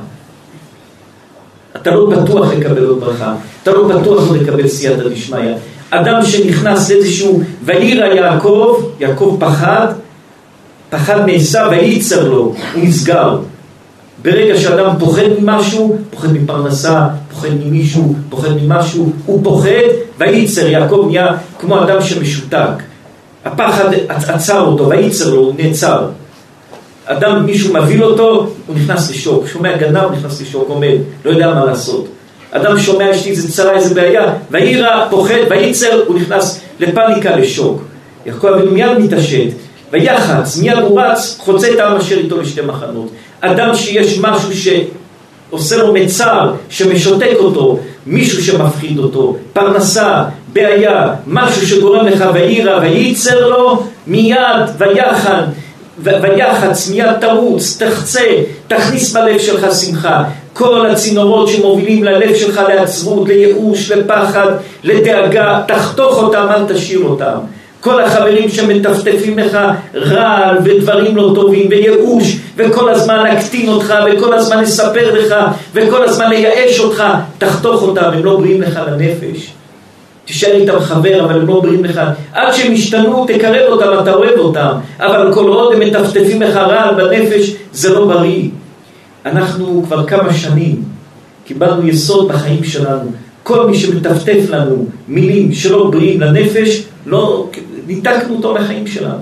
אתה לא פתוח לקבל עוד ברכה, אתה לא פתוח לקבל סייעתא דשמיא. אדם שנכנס לאיזשהו ויירא יעקב, יעקב פחד, פחד מעשיו וייצר לו, הוא נסגר. ברגע שאדם פוחד ממשהו, פוחד מפרנסה, פוחד ממישהו, פוחד ממשהו, הוא פוחד וייצר. יעקב נהיה כמו אדם שמשותק, הפחד עצר אותו, וייצר לו, הוא נעצר. אדם, מישהו מביל אותו, הוא נכנס לשוק. שומע גנב, הוא נכנס לשוק, עומד, לא יודע מה לעשות. אדם שומע, יש לי איזה צרה, איזה בעיה, וירא, פוחד, וייצר, הוא נכנס לפניקה, לשוק. יעקב אבינו מיד מתעשת, ויחץ, מיד הוא רץ, חוצה את העם אשר איתו לשתי מחנות. אדם שיש משהו שעושה לו מצר, שמשוטק אותו, מישהו שמפחיד אותו, פרנסה, בעיה, משהו שגורם לך וירא, וייצר לו, מיד, ויחן, ויחץ, מיד תרוץ, תחצה, תכניס בלב שלך שמחה. כל הצינורות שמובילים ללב שלך לעצבות, לייאוש, לפחד, לדאגה, תחתוך אותם, אל תשאיר אותם. כל החברים שמטפטפים לך רעל ודברים לא טובים וייאוש, וכל הזמן להקטין אותך, וכל הזמן לספר לך, וכל הזמן לייאש אותך, תחתוך אותם, הם לא בריאים לך לנפש. תשאר איתם חבר, אבל הם לא בריאים לך. עד שהם ישתנו, תקרב אותם, אתה אוהב אותם. אבל כל עוד הם מטפטפים לך רעל בנפש, זה לא בריא. אנחנו כבר כמה שנים קיבלנו יסוד בחיים שלנו. כל מי שמטפטף לנו מילים שלא בריאים לנפש, לא, ניתקנו אותו מהחיים שלנו.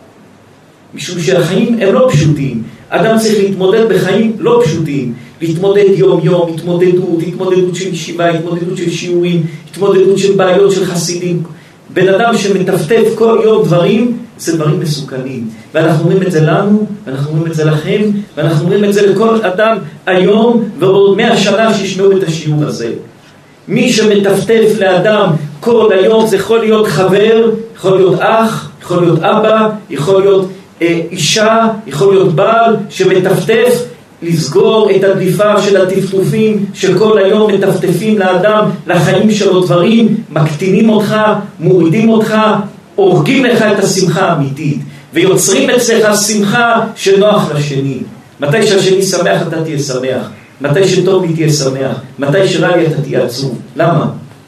משום שהחיים הם לא פשוטים. אדם צריך להתמודד בחיים לא פשוטים. להתמודד יום יום, התמודדות, התמודדות של ישיבה, התמודדות של שיעורים, התמודדות של בעיות של חסידים. בן אדם שמטפטף כל יום דברים, זה דברים מסוכנים. ואנחנו אומרים את זה לנו, ואנחנו אומרים את זה לכם, ואנחנו אומרים את זה לכל אדם היום, ועוד מאה שנה שישמעו את השיעור הזה. מי שמטפטף לאדם כל היום, זה יכול להיות חבר, יכול להיות אח, יכול להיות אבא, יכול להיות אה, אישה, יכול להיות בעל, שמטפטף, לסגור את הדליפה של הטפטופים שכל היום מטפטפים לאדם, לחיים שלו דברים, מקטינים אותך, מורידים אותך, הורגים לך את השמחה האמיתית, ויוצרים אצלך שמחה שנוח לשני. מתי שהשני שמח אתה תהיה שמח, מתי שטוב לי תהיה שמח, מתי שרע לי אתה תהיה עצוב. למה?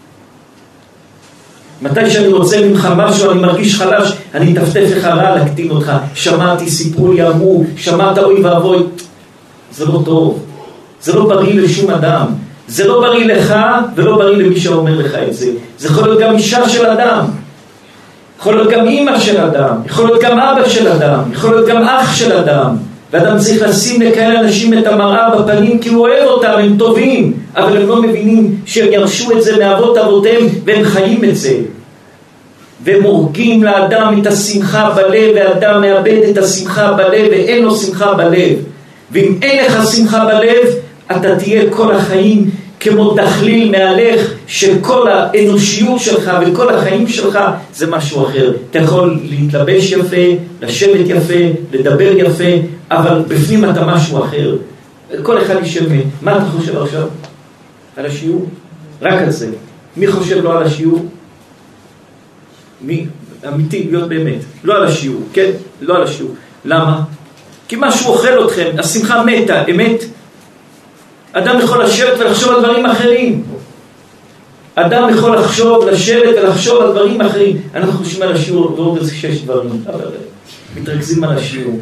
מתי שאני רוצה ממך משהו, אני מרגיש חלש, אני טפטף לך רע להקטין אותך. שמעתי, סיפרו לי, אמרו, שמעת אוי ואבוי. זה לא טוב, זה לא בריא לשום אדם, זה לא בריא לך ולא בריא למי שאומר לך את זה. זה יכול להיות גם אישה של אדם, יכול להיות גם אמא של אדם, יכול להיות גם אבא של אדם, יכול להיות גם אח של אדם. ואדם צריך לשים לכאלה אנשים את המראה בפנים, כי הוא אוהב אותם, הם טובים, אבל הם לא מבינים שהם ירשו את זה מאבות אבותיהם, והם חיים את זה. והם הורגים לאדם את השמחה בלב, והאדם מאבד את השמחה בלב, ואין לו שמחה בלב. ואם אין לך שמחה בלב, אתה תהיה כל החיים כמו דחליל מהלך, שכל האנושיות שלך וכל החיים שלך זה משהו אחר. אתה יכול להתלבש יפה, לשבת יפה, לדבר יפה, אבל בפנים אתה משהו אחר. כל אחד ישב, מה אתה חושב עכשיו? על השיעור? רק על זה. מי חושב לא על השיעור? מי? אמיתי, להיות באמת. לא על השיעור, כן? לא על השיעור. למה? כי משהו אוכל אתכם, השמחה מתה, אמת? אדם יכול לשבת ולחשוב על דברים אחרים. אדם יכול לחשוב, לשבת ולחשוב על דברים אחרים. אנחנו חושבים על השיעור ועוד איזה שש דברים, אבל מתרכזים על השיעור.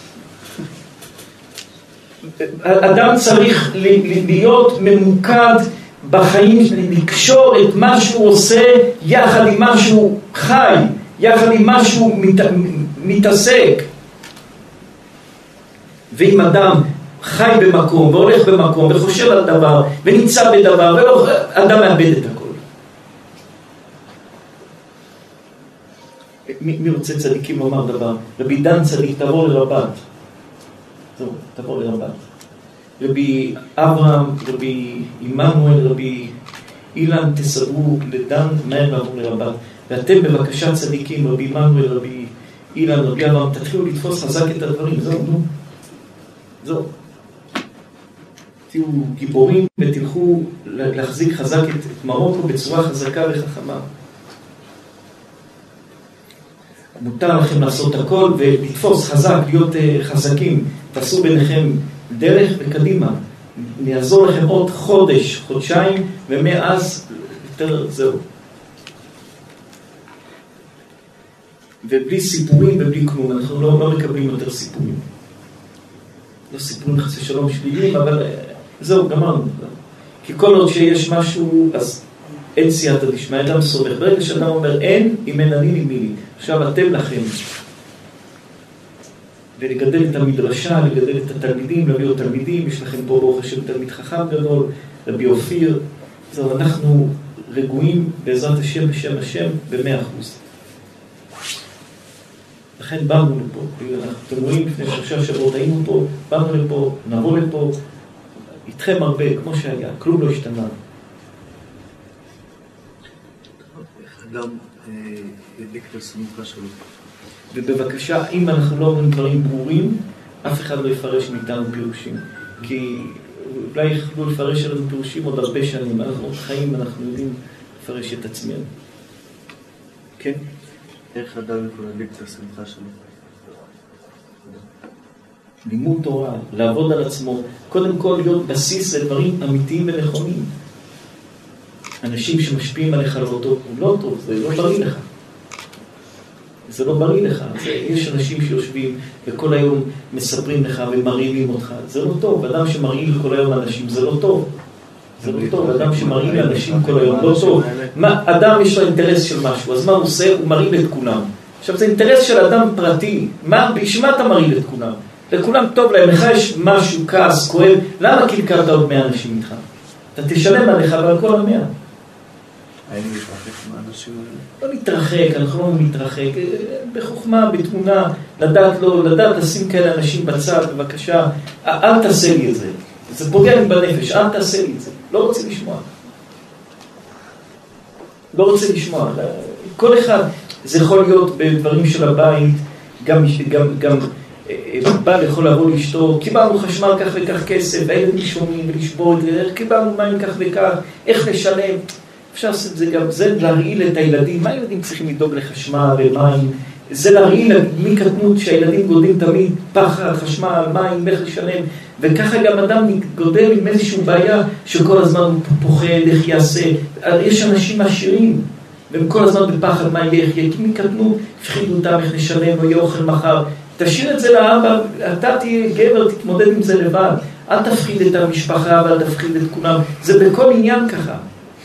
אדם צריך להיות ממוקד בחיים, לקשור את מה שהוא עושה יחד עם מה שהוא חי, יחד עם מה שהוא מת, מתעסק. ואם אדם חי במקום והולך במקום וחושב על דבר ונמצא בדבר, ולא, אדם מאבד את הכל. מי, מי רוצה צדיקים לומר דבר? רבי דן צדיק, תבוא לרבת. זהו, תבוא לרבת. רבי אברהם, רבי עמנואל, רבי אילן, תסדרו לדן מהר ועבור לרבת. ואתם בבקשה צדיקים, רבי עמנואל, רבי אילן, רבי אברהם, תתחילו לתפוס חזק את הדברים. זהו, נו. זהו. תהיו גיבורים ותלכו להחזיק חזק את מרוקו בצורה חזקה וחכמה. מותר לכם לעשות הכל ולתפוס חזק, להיות חזקים. תעשו ביניכם דרך וקדימה. נעזור לכם עוד חודש, חודשיים, ומאז יותר זהו. ובלי סיפורים ובלי כלום. אנחנו לא, לא מקבלים יותר סיפורים. לא סיפורים חצי שלום שליליים, אבל זהו, גמרנו. כי כל עוד שיש משהו, אז אין סייעתא דשמיא, אדם סומך. ברגע שאדם אומר אין, אם אין אני לימי לי. עכשיו אתם לכם. ולגדל את המדרשה, לגדל את התלמידים, להביא עוד תלמידים, יש לכם פה ברוך השם תלמיד חכם גדול, רבי אופיר, זהו, אנחנו רגועים בעזרת השם, בשם השם, במאה אחוז. לכן באנו לפה, אתם רואים לפני שלושה שבועות היינו פה, באנו לפה, נבוא לפה, איתכם הרבה, כמו שהיה, כלום לא השתנה. איך אדם ידליק את השמחה שלו? ובבקשה, אם אנחנו לא אומרים דברים ברורים, אף אחד לא יפרש מאיתנו פירושים. כי אולי יכלו לפרש עלינו פירושים עוד הרבה שנים. אנחנו עוד חיים, אנחנו יודעים לפרש את עצמנו. כן? איך אדם יכול להדליק את השמחה שלו? לימוד תורה, לעבוד על עצמו, קודם כל להיות בסיס לדברים אמיתיים ונכונים. אנשים שמשפיעים עליך לא טוב, הוא לא טוב, זה לא בריא לך. זה לא בריא לך. זה, יש אנשים שיושבים וכל היום מספרים לך ומרעילים אותך. זה לא טוב. אדם שמרעיל כל היום לאנשים, זה לא טוב. זה לא טוב. אדם שמרעיל לאנשים כל היום, לא טוב. מה, אדם יש לו אינטרס של משהו, אז מה הוא עושה? הוא מרעיל את כולם. עכשיו, זה אינטרס של אדם פרטי. מה, בשביל מה אתה מרעיל את כולם? לכולם טוב להם. לך יש משהו, כעס, כואב. למה קלקלת עוד מאה אנשים איתך? אתה תשלם עליך ועל כל המאה. האם להתרחק מהאנשים האלה? לא להתרחק, אנחנו לא מתרחק, בחוכמה, בתמונה, לדעת לא, לדעת לשים כאלה אנשים בצד, בבקשה, אל תעשה לי את זה. זה פוגע לי בנפש, אל תעשה לי את זה. לא רוצה לשמוע. לא רוצה לשמוע. כל אחד, זה יכול להיות בדברים של הבית, גם, גם, גם בעל יכול לבוא לאשתו, קיבלנו חשמל כך וכך כסף, והילדים שומעים ולשבור את זה, קיבלנו מים כך וכך, איך לשלם. אפשר לעשות את זה גם, זה להרעיל את הילדים. מה הילדים צריכים לדאוג לחשמל ומים? זה להרעיל מקטנות שהילדים גודלים תמיד פחד, חשמל, מים, איך לשלם. וככה גם אדם גודל עם איזושהי בעיה שכל הזמן הוא פוחד, איך יעשה. יש אנשים עשירים, והם כל הזמן בפחד מה יהיה, כי מקטנות הפחידו אותם איך לשלם, לא יהיה אוכל מחר. תשאיר את זה לאבא, אתה תהיה גבר, תתמודד עם זה לבד. אל תפחיד את המשפחה ואל תפחיד את כולם. זה בכל עניין ככה.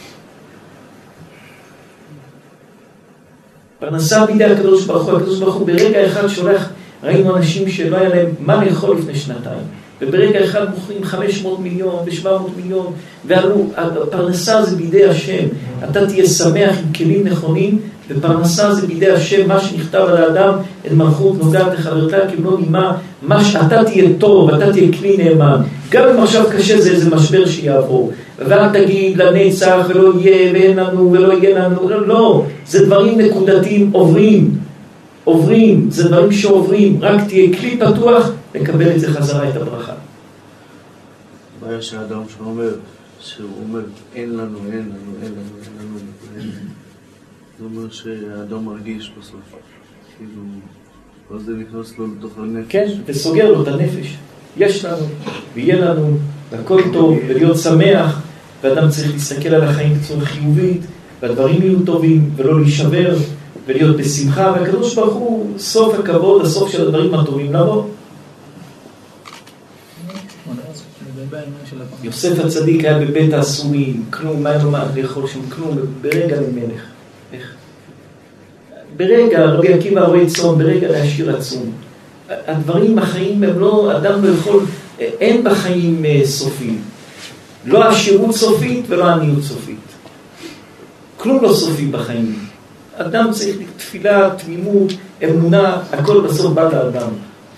פרנסה בידי הקדוש ברוך הוא, הקדוש ברוך הוא ברגע אחד שולח, ראינו אנשים שלא היה להם מה לאכול לפני שנתיים, וברגע אחד מוכרים חמש מאות מיליון ו-שבע מאות מיליון, ועלו, הפרנסה זה בידי השם, אתה תהיה שמח עם כלים נכונים, ופרנסה זה בידי השם, מה שנכתב על האדם, את מלכות נוגעת לחברתה, כמלוא נימה, מה שאתה תהיה טוב, אתה תהיה כלי נאמן, גם אם עכשיו קשה זה איזה משבר שיעבור, ואל תגיד לנצח ולא יהיה ואין לנו ולא יהיה לנו, לא, לא, זה דברים נקודתיים עוברים, עוברים, זה דברים שעוברים, רק תהיה כלי פתוח, לקבל את זה חזרה את הברכה. בעיה שהאדם שאומר, שהוא אומר, אין לנו, אין לנו, אין לנו, אין לנו, אין לנו. זה אומר שהאדם מרגיש בסוף, כאילו, אז זה נכנס לו לתוך הנפש. כן, וסוגר לו את הנפש. יש לנו, ויהיה לנו, והכל טוב, ולהיות שמח, ואדם צריך להסתכל על החיים בצורה חיובית, והדברים יהיו טובים, ולא להישבר, ולהיות בשמחה, והקדוש ברוך הוא, סוף הכבוד, הסוף של הדברים הטובים לבוא. יוסף הצדיק היה בבית האסורים, כלום, מה היה לו מה לאכול שם, כלום, ברגע למלך. איך? ברגע, רבי עקיבא רואה צאן, ברגע להשאיר עצום. הדברים החיים הם לא, אדם לא יכול, אין בחיים סופים. לא עשירות סופית ולא עניות סופית. כלום לא סופי בחיים. אדם צריך תפילה, תמימות, אמונה, הכל בסוף בא לאדם.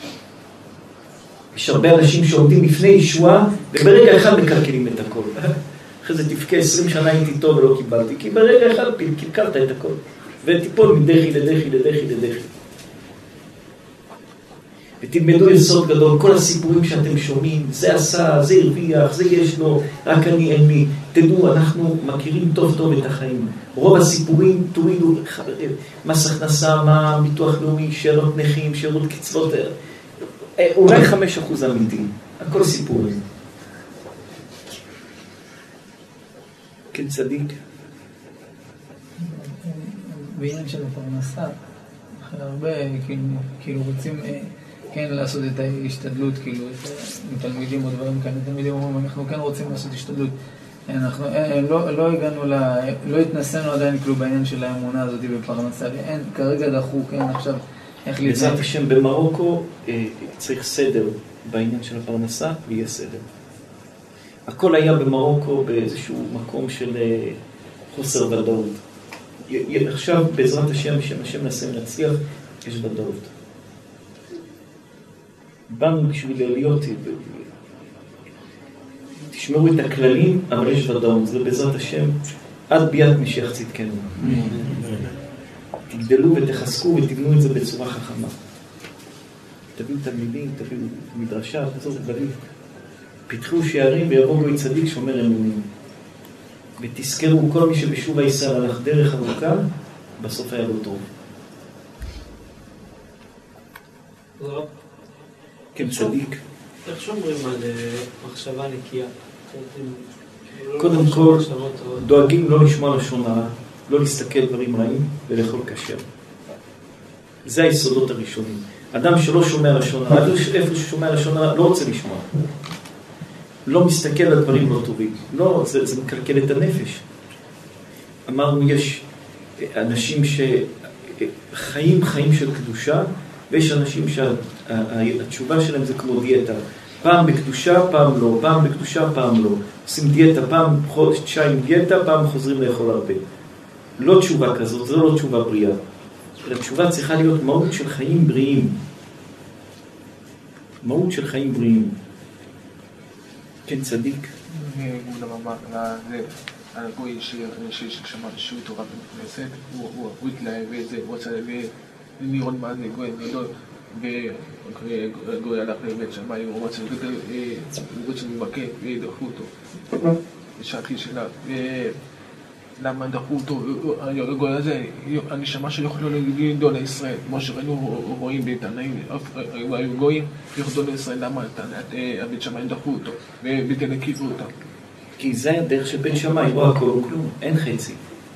יש הרבה אנשים שעומדים לפני ישועה, וברגע אחד מקלקלים את הכל. אחרי זה תפקה עשרים שנה הייתי טוב ולא קיבלתי, כי ברגע אחד קלקלת את הכל. ותיפול מדחי לדחי לדחי לדחי. ותלמדו יסוד גדול, כל הסיפורים שאתם שומעים, זה עשה, זה הרוויח, זה יש לו, רק אני אין לי. תדעו, אנחנו מכירים טוב טוב את החיים. רוב הסיפורים תורידו, מס הכנסה, מה, ביטוח לאומי, שאלות נכים, שירות קצבות, אולי חמש אחוז אמיתיים. הכל סיפורים. כן, צדיק. בעניין של הפרנסה, הרבה כאילו רוצים כן לעשות את ההשתדלות, כאילו עם תלמידים או דברים כאלה, תלמידים אומרים, אנחנו כן רוצים לעשות השתדלות. אנחנו לא, לא הגענו, לה, לא התנסינו עדיין כאילו בעניין של האמונה הזאת בפרנסה, אין כרגע דחו, כן, עכשיו בעזרת השם במרוקו צריך סדר בעניין של הפרנסה, ויהיה סדר. הכל היה במרוקו באיזשהו מקום של חוסר ודאות. עכשיו בעזרת השם, שם השם נעשה נצליח, יש ודאות. באנו בשביל להיות, תשמעו את הכללים, אבל יש ודאות. זה בעזרת השם, עד ביאת משיח צדקנו. תגדלו ותחזקו ותבנו את זה בצורה חכמה. תביאו תלמידים, תביאו מדרשה, תעשו דברים. פיתחו שערים ויבוא גוי צדיק שומר אמונים. ותזכרו, כל מי שבשוב הישראל הלך דרך ארוכה, בסוף היה לו טוב. כן, צדיק. איך שומרים על מחשבה נקייה? קודם כל, דואגים לא לשמוע לשון הרע, לא להסתכל דברים רעים ולאכול כשר. זה היסודות הראשונים. אדם שלא שומע לשון הרע, איפה ששומע לשון הרע, לא רוצה לשמוע. לא מסתכל על דברים לא טובים. לא, זה, זה מקלקל את הנפש. אמרנו, יש אנשים שחיים חיים של קדושה, ויש אנשים שהתשובה שלהם זה כמו דיאטה. פעם בקדושה, פעם לא, פעם בקדושה, פעם לא. עושים דיאטה, פעם חודשיים דיאטה, פעם חוזרים לאכול הרבה. לא תשובה כזאת, זו לא תשובה בריאה. התשובה צריכה להיות מהות של חיים בריאים. מהות של חיים בריאים. כן, צדיק. אני גם אמר, על הגוי ששמע שהוא תורה בכנסת, הוא התלהב וזה, הוא רצה לראות מה זה גוי, וגוי הלך לבית שמיים, הוא רצה למכה ודחו אותו. שאלתי שאלה, למה דחו אותו? הגוי הזה, אני שמע שיוכלו לגדול לישראל, כמו שראינו רואים בתנאים, היו גויים, יוכלו לישראל, למה הבית שמיים דחו אותו, ובתן הקיפו אותם. כי זה הדרך של בית שמיים, או הכל או כלום, אין חצי.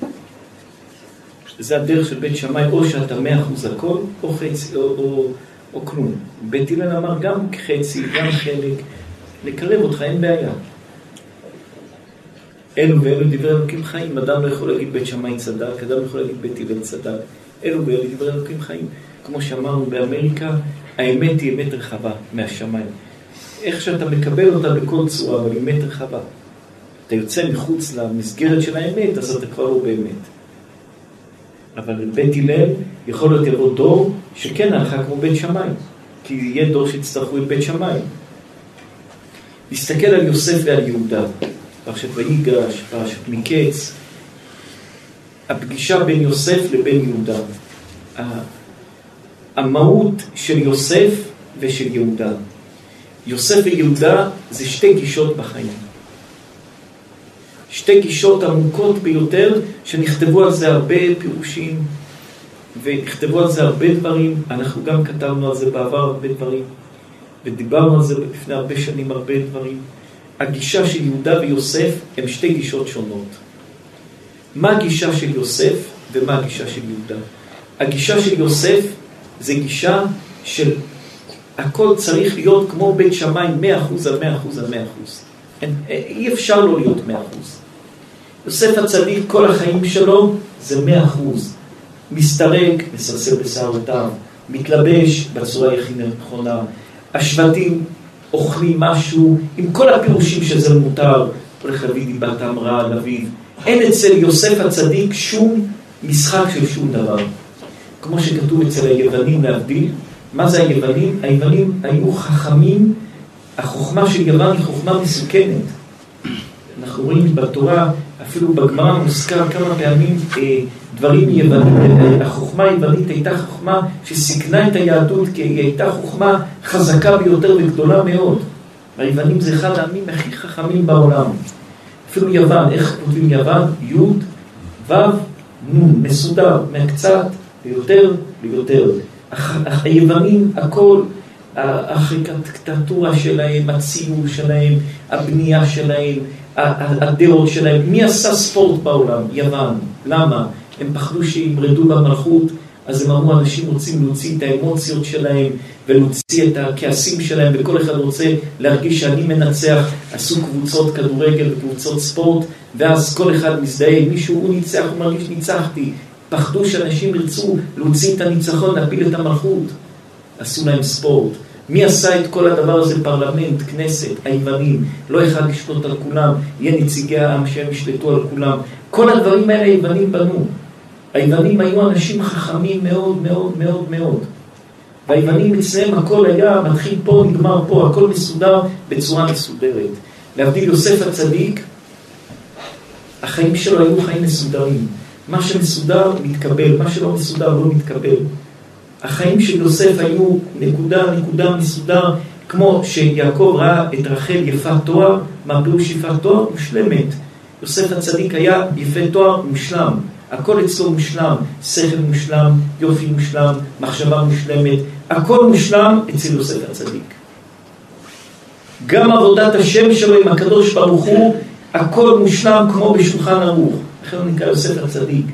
זה הדרך של בית שמיים, או שאתה מאה אחוז הכל, או חצי, או, או, או כלום. בית הלל אמר גם חצי, גם חלק, לקרב אותך, אין בעיה. אלו ואלו דברי אלוקים חיים, אדם לא יכול להגיד בית שמיים צדק, אדם לא יכול להגיד בית הלל צדק. אלו ואלו דברי אלוקים חיים. כמו שאמרנו באמריקה, האמת היא אמת רחבה מהשמיים. איך שאתה מקבל אותה בכל צורה, אבל אמת רחבה. אתה יוצא מחוץ למסגרת של האמת, אז אתה כבר לא באמת. אבל בית הלל יכול להיות יבוא דור שכן הלכה כמו בית שמיים, כי יהיה דור שיצטרכו את בית שמיים. להסתכל על יוסף ועל יהודה, פרשת ויגש, פרשת מקץ, הפגישה בין יוסף לבין יהודה. המהות של יוסף ושל יהודה. יוסף ויהודה זה שתי גישות בחיים. שתי גישות עמוקות ביותר, שנכתבו על זה הרבה פירושים, ונכתבו על זה הרבה דברים. אנחנו גם כתבנו על זה בעבר הרבה דברים, ודיברנו על זה לפני הרבה שנים הרבה דברים. הגישה של יהודה ויוסף הם שתי גישות שונות. מה הגישה של יוסף ומה הגישה של יהודה? הגישה של יוסף זה גישה של הכל צריך להיות כמו בית שמיים, מאה אחוז על מאה אחוז על מאה אחוז. אי אפשר לא להיות מאה אחוז. יוסף הצדיק, כל החיים שלו זה מאה אחוז. מסתרק, מסרסר בשערותיו, מתלבש בצורה הכי נכונה. השבטים אוכלים משהו, עם כל הפירושים שזה מותר, הולך להביא דיבתם רע על אביו. אין אצל יוסף הצדיק שום משחק של שום דבר. כמו שכתוב אצל היוונים להבדיל, מה זה היוונים? היוונים היו חכמים, החוכמה של יוון היא חוכמה מסוכנת. אנחנו רואים בתורה, אפילו בגמרא מוזכר כמה פעמים אה, דברים יוונים. החוכמה היוונית הייתה חוכמה שסיכנה את היהדות, כי היא הייתה חוכמה חזקה ביותר וגדולה מאוד. היוונים זה אחד העמים הכי חכמים בעולם. אפילו יוון, איך כותבים יוון? י' ו' נ', מסודר, מהקצת ליותר ליותר. היוונים, הכל, הארכיטקטורה שלהם, הציור שלהם, הבנייה שלהם, הדעות שלהם. מי עשה ספורט בעולם? יוון. למה? הם פחדו שימרדו במלכות, אז הם אמרו, אנשים רוצים להוציא את האמוציות שלהם, ולהוציא את הכעסים שלהם, וכל אחד רוצה להרגיש שאני מנצח. עשו קבוצות כדורגל וקבוצות ספורט, ואז כל אחד מזדהה, מישהו הוא ניצח, הוא מרגיש ניצחתי. פחדו שאנשים ירצו להוציא את הניצחון, להפיל את המלכות. עשו להם ספורט. מי עשה את כל הדבר הזה? פרלמנט, כנסת, היוונים. לא אחד לשלוט על כולם, יהיה נציגי העם שהם ישלטו על כולם. כל הדברים האלה היוונים בנו. היוונים היו אנשים חכמים מאוד מאוד מאוד מאוד. והיוונים אצלם הכל היה מתחיל פה, נגמר פה, הכל מסודר בצורה מסודרת. להבדיל יוסף הצדיק, החיים שלו היו חיים מסודרים. מה שמסודר מתקבל, מה שלא מסודר לא מתקבל. החיים של יוסף היו נקודה נקודה מסודר, כמו שיעקב ראה את רחל יפת תואר. מה פירוש יפת תואר? מושלמת. יוסף הצדיק היה יפה תואר מושלם. הכל אצלו מושלם, שכל מושלם, יופי מושלם, מחשבה מושלמת, הכל מושלם אצל יוסף הצדיק. גם עבודת השם שלו עם הקדוש ברוך הוא, הכל מושלם כמו בשולחן ערוך. לכן הוא נקרא יוסף הצדיק.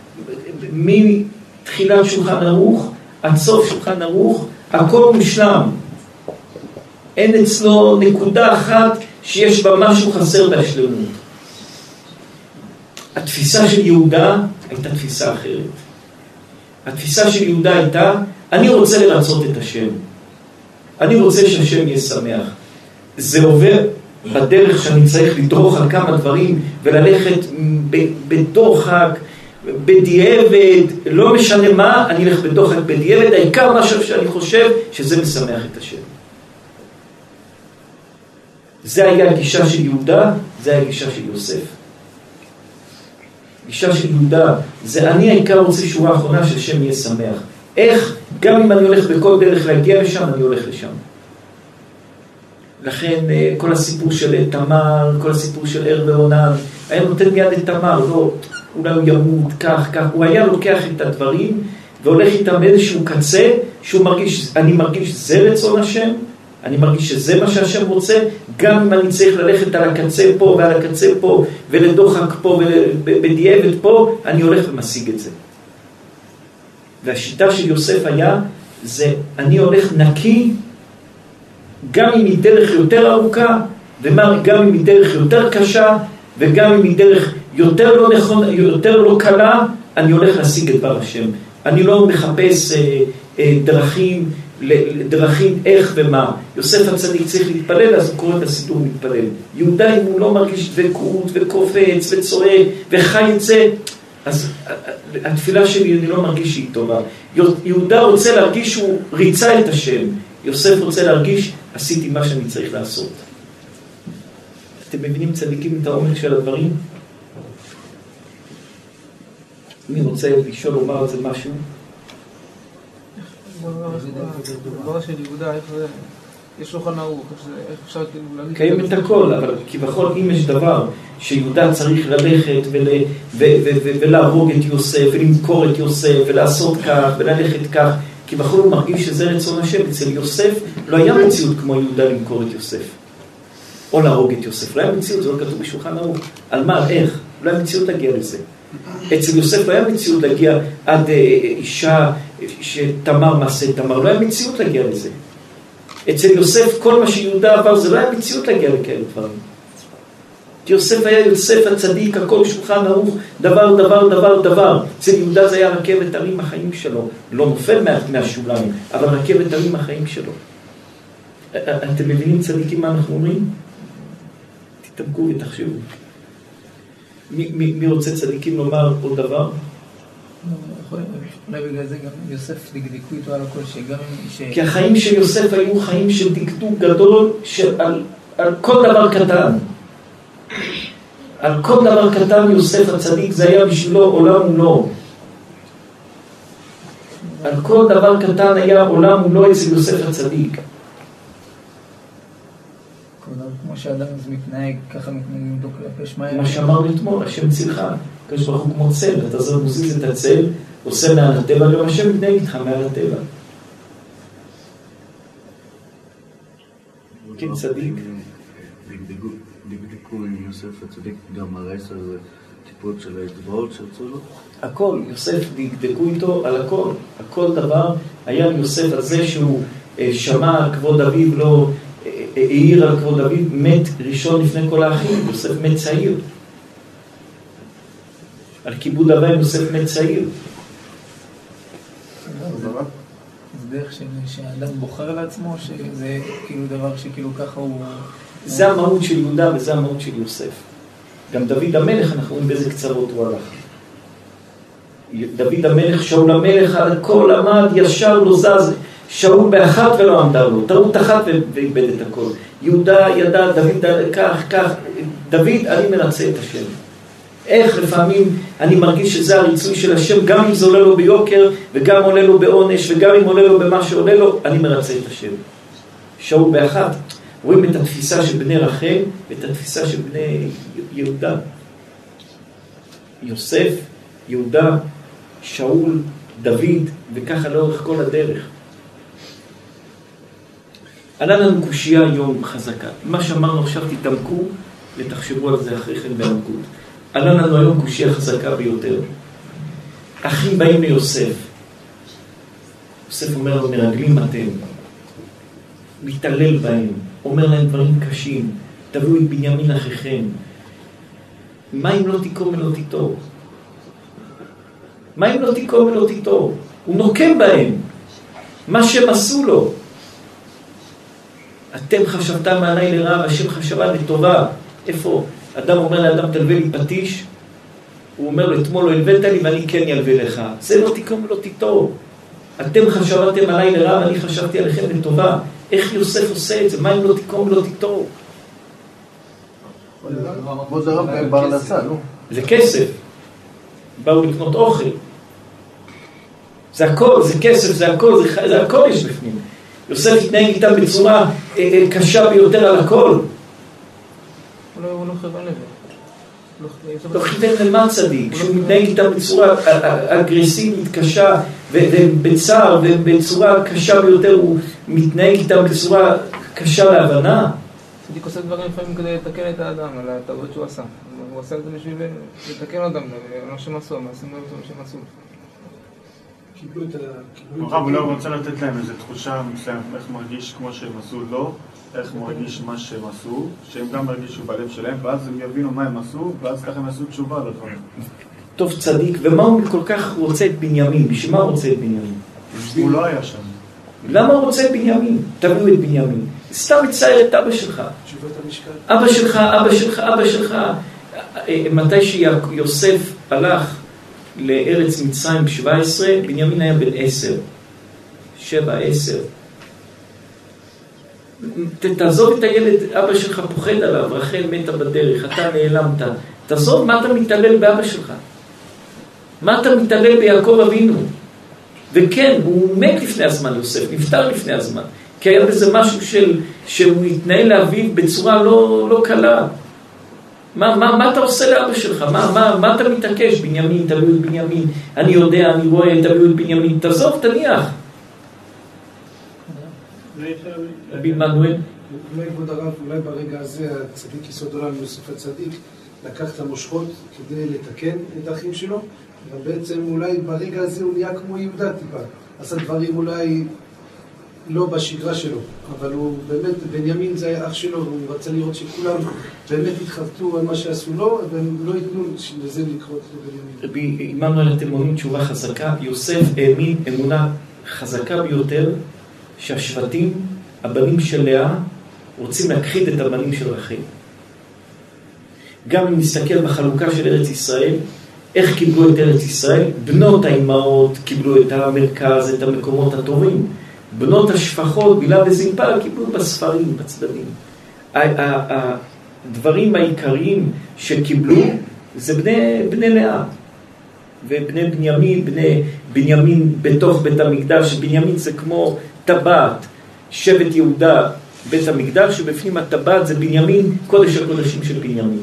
מתחילת שולחן ערוך עד סוף שולחן ערוך, הכל מושלם. אין אצלו נקודה אחת שיש בה משהו חסר בהשלמות. התפיסה של יהודה הייתה תפיסה אחרת. התפיסה של יהודה הייתה, אני רוצה לרצות את השם. אני רוצה שהשם יהיה שמח. זה עובר בדרך שאני צריך לדרוך על כמה דברים, וללכת בדוחק, בדיעבד, לא משנה מה, אני אלך בדוחק בדיעבד, העיקר משהו שאני חושב שזה משמח את השם. זה היה הגישה של יהודה, זה היה הגישה של יוסף. גישה של יהודה, זה אני העיקר רוצה שורה האחרונה של שם יהיה שמח. איך? גם אם אני הולך בכל דרך להגיע לשם, אני הולך לשם. לכן כל הסיפור של תמר, כל הסיפור של ער ועונן, היה נותן מיד את תמר, לא, אולי הוא ימות, כך, כך. הוא היה לוקח את הדברים והולך איתם באיזשהו קצה, שהוא מרגיש, אני מרגיש זה רצון השם, אני מרגיש שזה מה שהשם רוצה, גם אם אני צריך ללכת על הקצה פה ועל הקצה פה, ולדוחק פה ובדיעבד פה, אני הולך ומשיג את זה. והשיטה של יוסף היה, זה אני הולך נקי, גם אם היא דרך יותר ארוכה, וגם אם היא דרך יותר קשה, וגם אם היא דרך יותר לא נכון, יותר לא קלה, אני הולך להשיג את דבר השם. אני לא מחפש אה, אה, דרכים, לדרכים איך ומה. יוסף הצדיק צריך להתפלל, אז הוא קורא את הסידור מתפלל. יהודה אם הוא לא מרגיש דבקות וקופץ וצועק וחי את זה, אז התפילה שלי אני לא מרגיש שהיא טובה. יהודה רוצה להרגיש שהוא ריצה את השם. יוסף רוצה להרגיש, עשיתי מה שאני צריך לעשות. אתם מבינים צדיקים את העומק של הדברים? מי רוצה לשאול לומר על זה משהו? דבר של יהודה, איך זה? יש שולחן ערוך, איך אפשר להגיד? קיים את הכל, אבל כבכל אם יש דבר שיהודה צריך ללכת ולהרוג את יוסף ולמכור את יוסף ולעשות כך וללכת כך, כבכל הוא מרגיש שזה רצון השם. אצל יוסף לא היה מציאות כמו יהודה למכור את יוסף או להרוג את יוסף, לא היה מציאות, זה לא כתוב בשולחן ערוך. על מה, איך? לא היה מציאות להגיע לזה. אצל יוסף לא היה מציאות להגיע עד אישה שתמר מעשה תמר, לא היה מציאות להגיע לזה. אצל יוסף כל מה שיהודה עבר זה לא היה מציאות להגיע לכאלה דברים. כי יוסף היה יוסף הצדיק, הכל שולחן ערוך, דבר דבר דבר דבר. אצל יהודה זה היה רכבת הרים החיים שלו, לא נופל מה, מהשוליים, אבל רכבת הרים החיים שלו. אתם מבינים צדיקים מה אנחנו אומרים? תתעמקו ותחשבו. מי, מי, מי רוצה צדיקים לומר עוד דבר? אולי בגלל זה גם יוסף דקדקו איתו על הכל, שגם ש... כי החיים של יוסף היו חיים של דקדוק גדול על, על כל דבר קטן. על כל דבר קטן יוסף הצדיק זה היה בשבילו עולם ומלואו. על כל דבר קטן היה עולם ומלואו אצל יוסף הצדיק. כמו שאדם אז מתנהג, ככה מתנהגים אותו כלפי שמיים. מה שאמרנו אתמול, השם צילך, הקדוש ברוך הוא כמו צל, אתה זו מוזיז את הצל, עושה מעל הטבע, גם השם מתנהג איתך מעל הטבע. כן, צדיק. דקדקו עם יוסף הצדיק גם על עשר טיפות של האצבעות שיצאו לו? הכל, יוסף דקדקו איתו על הכל. הכל דבר היה יוסף על זה שהוא שמע על כבוד אביו, לא העיר על כבוד אביו, מת ראשון לפני כל האחים, יוסף מת צעיר. על כיבוד אביו יוסף מת צעיר. זה דרך שהאדם בוחר לעצמו, שזה כאילו דבר שכאילו ככה הוא... זה המהות של יהודה וזה המהות של יוסף. גם דוד המלך, אנחנו רואים באיזה קצרות הוא הלך. דוד המלך, שאול המלך, על הכל עמד, ישר לא זז, שאול באחת ולא עמדה לו, טעות אחת ואיבד את הכל. יהודה ידע, דוד כך, כך, דוד, אני מרצה את השם. איך לפעמים אני מרגיש שזה הריצוי של השם, גם אם זה עולה לו ביוקר, וגם עולה לו בעונש, וגם אם עולה לו במה שעולה לו, אני מרצה את השם. שאול באחת, רואים את התפיסה של בני רחל, ואת התפיסה של בני יהודה. יוסף, יהודה, שאול, דוד, וככה לאורך כל הדרך. עלה לנו קושייה היום חזקה. מה שאמרנו עכשיו תתעמקו, ותחשבו על זה אחרי כן בעמקות. עלה לנו היום קושייה חזקה ביותר. אחים באים ליוסף. יוסף אומר לו, מרגלים אתם. מתעלל בהם. אומר להם דברים קשים. תביאו את בנימין אחיכם. מה אם לא תיקום ולא תיטור? מה אם לא תיקום ולא תיטור? הוא נוקם בהם. מה שהם עשו לו. אתם חשבתם מעלי לרעה, והשם חשבה לטובה. איפה? אדם אומר לאדם, תלווה לי פטיש. הוא אומר לו, אתמול לא הלווית לי ואני כן ילווה לך. זה לא תיקום ולא תיטור. אתם חשבתם עלי לרעה ואני חשבתי עליכם לטובה. איך יוסף עושה את זה? מה אם לא תיקום ולא תיטור? כבוד הרב ברלצה, לא? זה כסף. באו לקנות אוכל. זה הכל, זה כסף, זה הכל, זה, זה הכל יש בפנים. יוסף התנהג איתם בצורה אה, קשה ביותר על הכל. הוא לא, הוא לא כיוון לזה. לא כיוון למה צדיק, שהוא מתנהג איתם בצורה אגרסיבית, קשה, ובצער, ובצורה קשה ביותר, הוא מתנהג איתם בצורה קשה להבנה. צדיק עושה דברים לפעמים כדי לתקן את האדם על הטעות שהוא עשה. הוא עושה את זה בשביל לתקן אותם, לא שהם עשו, מעשים לא יותר שהם עשו. קיבלו את ה... הוא לא רוצה לתת להם איזו תחושה מסוים, איך מרגיש כמו שהם עשו לו, איך מרגיש מה שהם עשו, שהם גם מרגישו בלב שלהם, ואז הם יבינו מה הם עשו, ואז ככה הם עשו תשובה לדברים. טוב צדיק, ומה הוא כל כך רוצה את בנימין? בשביל מה הוא רוצה את בנימין? הוא לא היה שם. למה הוא רוצה את בנימין? תביאו את בנימין. סתם מצייר את אבא שלך. אבא שלך, אבא שלך, אבא שלך. מתי שיוסף הלך לארץ מצרים ב-שבע עשרה, בנימין היה בן עשר. שבע, עשר. תעזוב את הילד, אבא שלך פוחד עליו, רחל מתה בדרך, אתה נעלמת. תעזוב, מה אתה מתעלל באבא שלך? מה אתה מתעלל ביעקב אבינו? וכן, הוא מת לפני הזמן, יוסף, נפטר לפני הזמן. כי היה בזה משהו של, שהוא התנהל לאביו בצורה לא, לא קלה. מה, מה, מה אתה עושה לאבא שלך? מה, מה, מה אתה מתעקש? בנימין, תביאו את בנימין. אני יודע, אני רואה, תביאו את בנימין. תעזוב, תניח. רבי מנואל. אולי כבוד הרב, אולי ברגע הזה הצדיק יסוד עולם יוסף הצדיק לקח את המושכות כדי לתקן את האחים שלו, אבל בעצם אולי ברגע הזה הוא נהיה כמו יהודה טיפה. עשה דברים אולי לא בשגרה שלו, אבל הוא באמת, בנימין זה היה אח שלו, הוא רצה לראות שכולם באמת התחרטו על מה שעשו לו, והם לא ייתנו לזה לקרות לבנימין. רבי מנואל, אתם אומרים תשובה חזקה. יוסף האמין אמונה חזקה ביותר שהשבטים, הבנים של לאה, רוצים להכחיד את הבנים של רחל. גם אם נסתכל בחלוקה של ארץ ישראל, איך קיבלו את ארץ ישראל? בנות האימהות קיבלו את המרכז, את המקומות הטובים. בנות השפחות, בילה וזימפה, קיבלו בספרים, בצדדים. הדברים העיקריים שקיבלו זה בני, בני לאה. ובני בנימין, בני בנימין בתוך בית המקדש. בנימין זה כמו טבעת, שבט יהודה, בית המקדש, שבפנים הטבעת זה בנימין, קודש הקודשים של בנימין.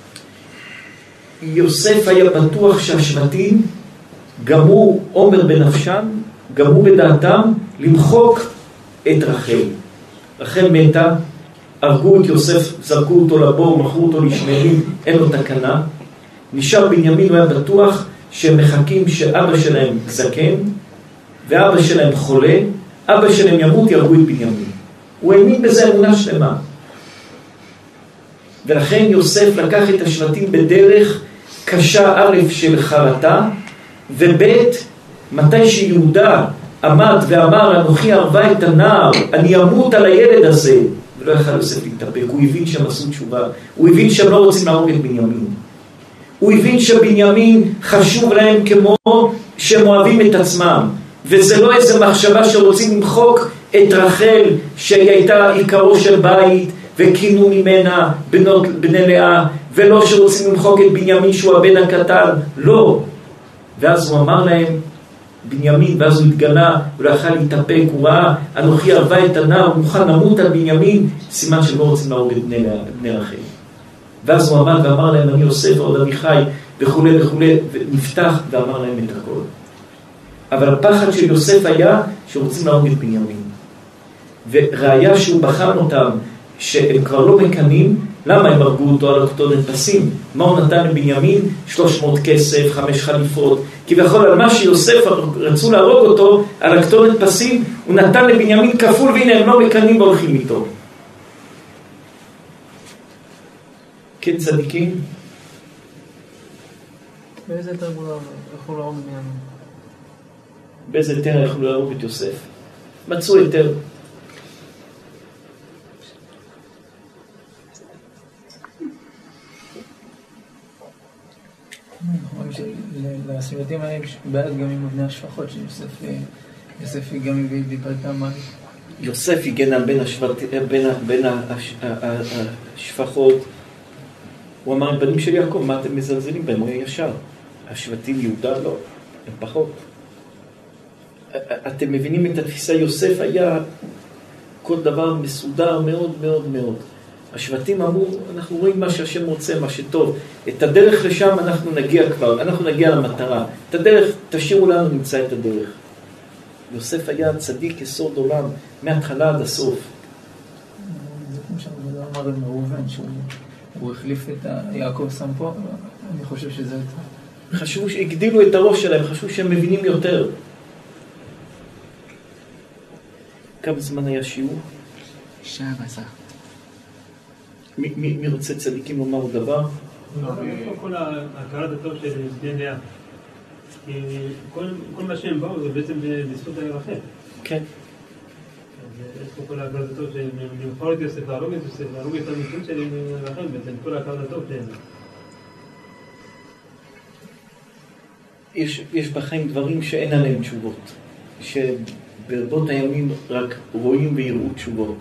יוסף היה בטוח שהשבטים גמרו עומר בנפשם, גמרו בדעתם למחוק את רחל. רחל מתה, הרגו את יוסף, זרקו אותו לבור, מכרו אותו לשמרים, אין לו תקנה. נשאר בנימין, הוא היה בטוח שהם מחכים שאבא שלהם זקן, ואבא שלהם חולה, אבא שלהם ימות, ירגו את בנימין. הוא האמין בזה אמונה שלמה. ולכן יוסף לקח את השבטים בדרך קשה א' של חרטה, וב' מתי שיהודה עמד ואמר, אנוכי ערווה את הנער, אני אמות על הילד הזה. ולא יכל יוסף להתאפק, הוא הבין שהם עשו תשובה, הוא הבין שהם לא רוצים להרוג את בנימין. הוא הבין שבנימין חשוב להם כמו שהם אוהבים את עצמם, וזה לא איזה מחשבה שרוצים למחוק את רחל שהיא הייתה עיקרו של בית וקינו ממנה בנות, בני לאה, ולא שרוצים למחוק את בנימין שהוא הבן הקטן, לא. ואז הוא אמר להם בנימין, ואז הוא התגלה, הוא לא יכל להתאפק, הוא ראה, אנוכי ערווה את הנער, הוא מוכן למות על בנימין, סימן שהם לא רוצים להרוג את בני, בני רחל. ואז הוא עמד ואמר להם, אני יוסף ועוד אני חי, וכו' וכו', ונפתח ואמר להם את הכל. אבל הפחד של יוסף היה שרוצים להרוג את בנימין. וראיה שהוא בחן אותם, שהם כבר לא מקנים, למה הם הרגו אותו על הכתונת פסים? מה הוא נתן לבנימין? שלוש מאות כסף, חמש חליפות. כביכול על מה שיוסף רצו להרוג אותו, על הכתונת פסים, הוא נתן לבנימין כפול, והנה הם לא מקנים והולכים איתו. כן, צדיקים? באיזה יותר יכולו להרוג בנימין? באיזה יותר יכולו להרוג את יוסף? מצאו יותר. לסביבתים האלה יש בעד גם עם בני השפחות שיוסף גם הביא פרקה מים. יוסף הגן על בין השפחות. הוא אמר, בנים של יעקב, מה אתם מזלזלים בהם? הוא היה ישר. השבטים יהודה לא, הם פחות. אתם מבינים את התפיסה, יוסף היה כל דבר מסודר מאוד מאוד מאוד. השבטים אמרו, אנחנו רואים מה שהשם רוצה, מה שטוב. את הדרך לשם אנחנו נגיע כבר, אנחנו נגיע למטרה. את הדרך, תשאירו לנו, נמצא את הדרך. יוסף היה צדיק יסוד עולם, מההתחלה עד הסוף. זה כמו שאני אמר עם ראובן, שהוא החליף את יעקב שם פה, אני חושב שזה... חשבו שהגדילו את הראש שלהם, חשבו שהם מבינים יותר. כמה זמן היה שיעור? שעה ועשה. מי רוצה צדיקים לומר עוד דבר? כל ההכרת הטוב של בני לאה. כל מה שהם באו זה בעצם בזכות רחל. כן. יש פה כל ההכרת הטוב שהם לבחור את יוסף, להרוג את יוסף, להרוג את המקום שלהם רחל, בעצם כל ההכרת הטוב שלהם. יש, יש בחיים דברים שאין עליהם תשובות, שברבות הימים רק רואים ויראו תשובות.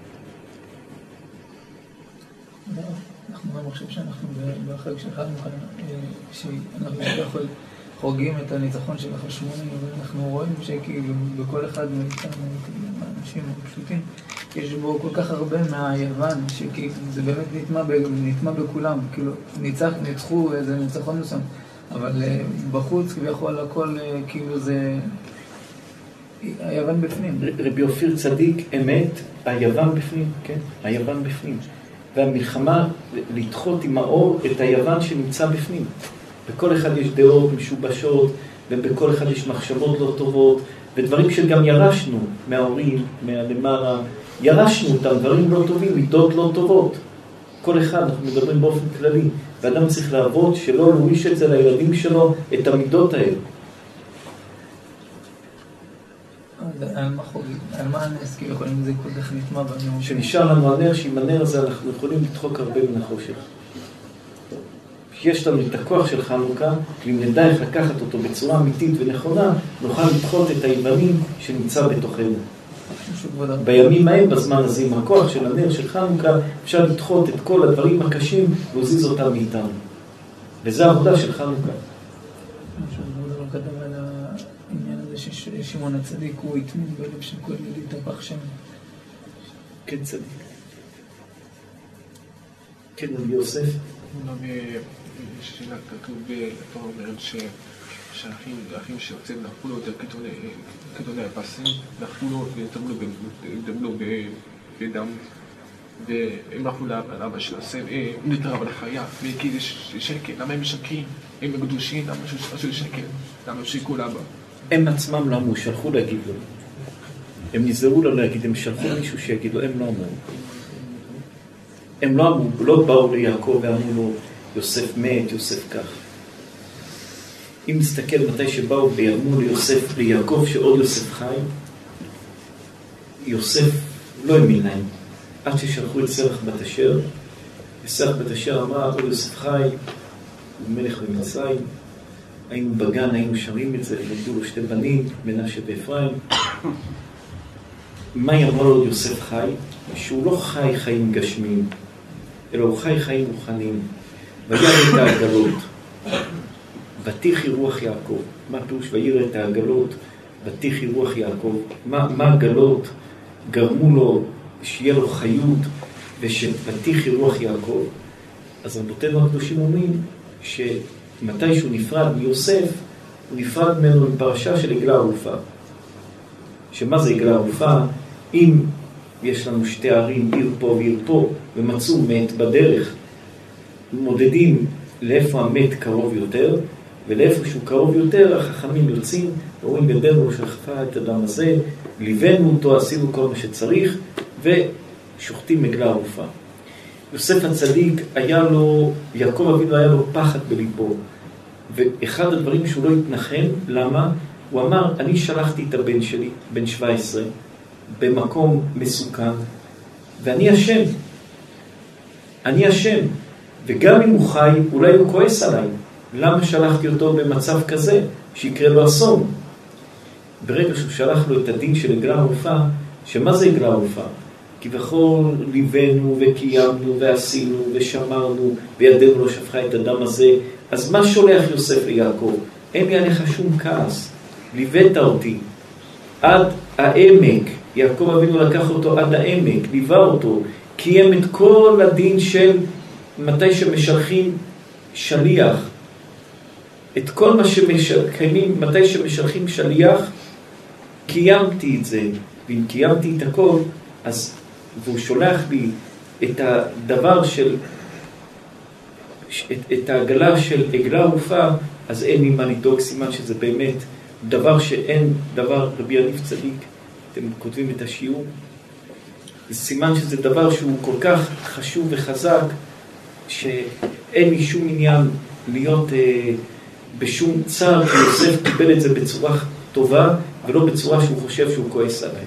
אנחנו רואים עכשיו שאנחנו בחג של חנוכה, שאנחנו יכול חוגגים את הניצחון של החשמונאים, ואנחנו רואים שכאילו בכל אחד מאיתנו, האנשים הפשוטים, יש בו כל כך הרבה מהיוון, שכאילו זה באמת נטמע, נטמע בכולם, כאילו ניצח, ניצחו איזה ניצחון מסוים, אבל בחוץ כביכול הכל כאילו זה היוון בפנים. רבי אופיר צדיק אמת, היוון בפנים, כן, היוון בפנים. והמלחמה לדחות עם האור את היוון שנמצא בפנים. בכל אחד יש דעות משובשות, ובכל אחד יש מחשבות לא טובות, ודברים שגם ירשנו מההורים, מהלמעלה, ירשנו אותם, דברים לא טובים, מידות לא טובות. כל אחד, אנחנו מדברים באופן כללי, ואדם צריך לעבוד שלא להוריש את זה לילדים שלו, את המידות האלה. על מה חוגים? על מה הנס? כאילו יכולים זה כל כך נטמע בנו? שנשאר לנו הנר, שעם הנר הזה אנחנו יכולים לדחוק הרבה מן החושך. יש לנו את הכוח של חנוכה, אם נדע איך לקחת אותו בצורה אמיתית ונכונה, נוכל לדחות את היוונים שנמצא בתוכנו. בימים ההם, בזמן הזה, עם הכוח של הנר של חנוכה, אפשר לדחות את כל הדברים הקשים ולהזיז אותם מאיתנו. וזה העבודה של חנוכה. משהו מאוד לא כתב על העניין הזה ששמעון הצדיק הוא התמיד בלב של כל יהודי טבח שם. כן, צדיק. כן, רבי יוסף. יש שאלה כתוב בתורה אומרת שהאחים שיוצאים נחפו לו יותר כתוני הפסים, נחפו לו ויטמלו בדם, והם נחפו לאבא של הסם, נתרב על החיה, וכי זה שקל, למה הם משקרים? הם קדושים, למה עשו שקל? למה שיקו לאבא? הם עצמם לא אמרו, שלחו להגיד לו. הם נזהרו לו להגיד, הם שלחו מישהו שיגיד לו, הם לא אמרו. הם לא אמרו, לא באו ליעקב ואמרו לו, יוסף מת, יוסף כך. אם נסתכל מתי שבאו וירמו ליוסף, ליעקב שעוד יוסף חי, יוסף לא האמין להם, עד ששלחו את סרח בת אשר, וסרח בת אשר אמרה, עוד יוסף חי, הוא מלך במצרים, היינו בגן, היינו שרים את זה, נולדו לו שתי בנים, מנשה ואפרים. מה היא אמרה לו יוסף חי? שהוא לא חי חיים גשמיים, אלא הוא חי חיים רוחניים. וירא את העגלות, ותיחי רוח יעקב. מה פירוש וירא את העגלות, ותיחי רוח יעקב? מה, מה העגלות גרמו לו שיהיה לו חיות ושותיחי רוח יעקב? אז רבותינו הקדושים אומרים שמתי שהוא נפרד מיוסף, הוא נפרד ממנו בפרשה של עגלה ערופה. שמה זה עגלה ערופה? אם יש לנו שתי ערים, עיר פה ועיר פה, ומצאו מת בדרך, מודדים לאיפה המת קרוב יותר, ולאיפה שהוא קרוב יותר, החכמים יוצאים, ואומרים ידנו שחפה את הדם הזה, ליבנו אותו, עשינו כל מה שצריך, ושוחטים עגלה ערופה. יוסף הצדיק היה לו, יעקב אבינו היה לו פחד בליבו, ואחד הדברים שהוא לא התנחם, למה? הוא אמר, אני שלחתי את הבן שלי, בן שבע עשרה, במקום מסוכן, ואני אשם. אני אשם. וגם אם הוא חי, אולי הוא כועס עליי. למה שלחתי אותו במצב כזה, שיקרה לו אסון? ברגע שהוא שלח לו את הדין של עגלה ערופה, שמה זה עגלה ערופה? כביכול ליבנו וקיימנו ועשינו ושמרנו, וידנו לא שפכה את הדם הזה. אז מה שולח יוסף ליעקב? אין לי עליך שום כעס. ליווית אותי עד העמק, יעקב אבינו לקח אותו עד העמק, ליווה אותו, קיים את כל הדין של מתי שמשלחים שליח, את כל מה שמקיימים, מתי שמשלחים שליח, קיימתי את זה, ואם קיימתי את הכל, אז, והוא שולח לי את הדבר של, את, את העגלה של עגלה ערופה, אז אין לי מה לדאוג, סימן שזה באמת דבר שאין דבר, רבי יניב צדיק, אתם כותבים את השיעור, זה סימן שזה דבר שהוא כל כך חשוב וחזק, שאין לי שום עניין להיות אה, בשום צער, כי יוסף קיבל את זה בצורה טובה, ולא בצורה שהוא חושב שהוא כועס עליי.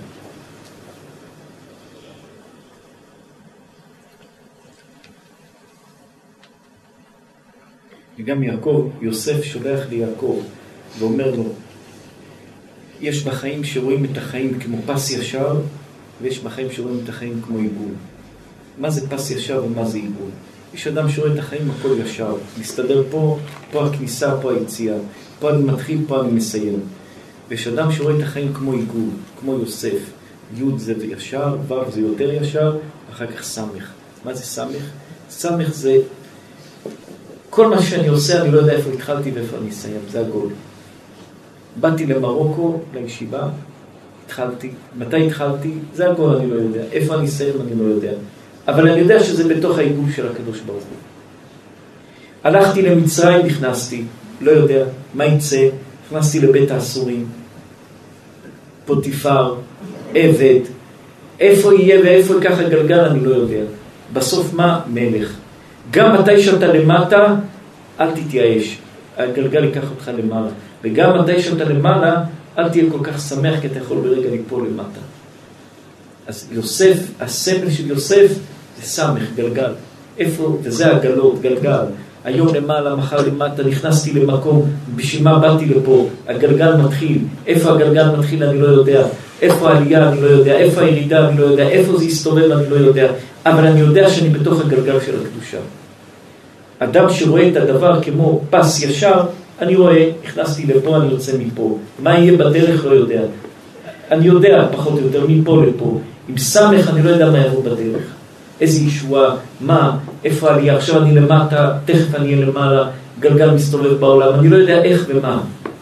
וגם יעקב, יוסף שולח ליעקב, ואומר לו, יש בחיים שרואים את החיים כמו פס ישר, ויש בחיים שרואים את החיים כמו עיגול. מה זה פס ישר ומה זה עיגול? יש אדם שרואה את החיים הכל ישר, מסתדר פה, פה הכניסה, פה היציאה, פה אני מתחיל, פה אני מסיים. ויש אדם שרואה את החיים כמו עיגול, כמו יוסף. י' זה ישר, ו' זה יותר ישר, אחר כך סמך. מה זה סמך? סמך זה, כל מה שאני עושה, אני לא יודע איפה התחלתי ואיפה אני אסיים, זה הגול. באתי למרוקו, לישיבה, התחלתי. מתי התחלתי? זה הגול, אני לא יודע. איפה אני אסיים, אני לא יודע. אבל אני יודע שזה בתוך העיגול של הקדוש ברוך הוא. הלכתי למצרים, נכנסתי, לא יודע, מה יצא? נכנסתי לבית האסורים, פוטיפר, עבד, איפה יהיה ואיפה ייקח הגלגל, אני לא יודע. בסוף מה? מלך. גם מתי שאתה למטה, אל תתייאש. הגלגל ייקח אותך למעלה. וגם מתי שאתה למעלה, אל תהיה כל כך שמח, כי אתה יכול ברגע ליפול למטה. אז יוסף, הסמל של יוסף, זה סמך, גלגל. איפה? וזה הגלות, גלגל. היום למעלה, מחר למטה, נכנסתי למקום, בשביל מה באתי לפה? הגלגל מתחיל. איפה הגלגל מתחיל? אני לא יודע. איפה העלייה? אני לא יודע. איפה הירידה? אני לא יודע. איפה זה יסתובב? אני לא יודע. אבל אני יודע שאני בתוך הגלגל של הקדושה. אדם שרואה את הדבר כמו פס ישר, אני רואה, נכנסתי לפה, אני יוצא מפה. מה יהיה בדרך? לא יודע. אני יודע פחות או יותר מפה לפה. עם סמך אני לא יודע מה יבוא בדרך. איזה ישועה, מה, איפה העלייה, עכשיו אני למטה, תכף אני אהיה למעלה, גלגל מסתובב בעולם, אני לא יודע איך ומה.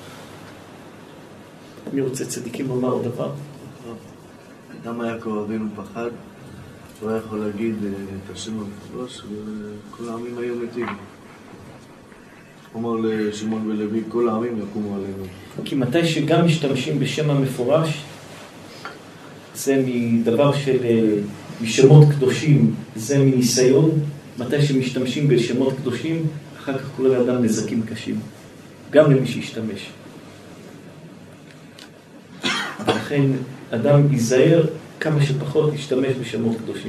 אני רוצה צדיקים לומר עוד דבר. למה יעקב אבינו פחד? הוא היה יכול להגיד את השם המפורש, וכל העמים היו מתים. אמר לשמעון ולוי, כל העמים יקומו עלינו. כי מתי שגם משתמשים בשם המפורש, זה מדבר של משמות קדושים, זה מניסיון, מתי שמשתמשים בשמות קדושים, אחר כך כל האדם נזקים קשים. גם למי שישתמש. ולכן אדם ייזהר כמה שפחות להשתמש בשמות קדושים.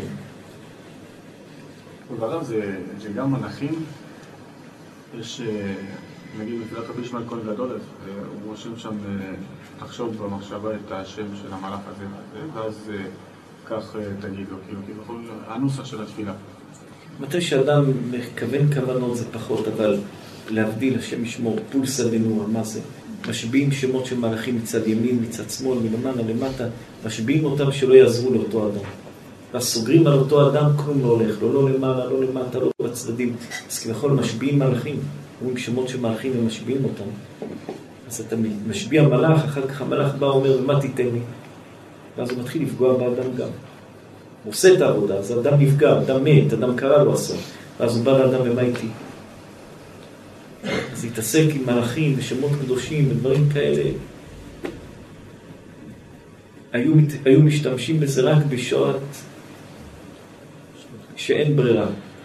ברב זה, זה גם מלאכים, יש, נגיד בתפילת רבי ישמעאל כהן גדול, הוא רושם שם, תחשוב במחשבה את השם של המלאך הזה, ואז כך תגיד לו, כאילו, כאילו, הנוסח של התפילה. מתי שאדם מכוון כוונות זה פחות, אבל להבדיל, השם ישמור, פולסא דנורא, מה זה? משביעים שמות של מלאכים מצד ימין, מצד שמאל, מלמעלה, למטה, משביעים אותם שלא יעזרו לאותו אדם. ואז סוגרים על אותו אדם, כלום לא הולך, לא, לא למעלה, לא למטה, לא בצדדים. אז כביכול משביעים מלאכים, אומרים שמות של מלאכים ומשביעים אותם. אז אתה משביע מלאך, אחר כך המלאך בא ואומר, ומה תיתן לי? ואז הוא מתחיל לפגוע באדם גם. הוא עושה את העבודה, אז האדם נפגע, אדם מת, אדם קרא לו אסון. ואז הוא בא לאדם ומה איתי? אז להתעסק עם מלאכים ושמות קדושים ודברים כאלה, היו, היו משתמשים בזה רק בשעות שאין ברירה.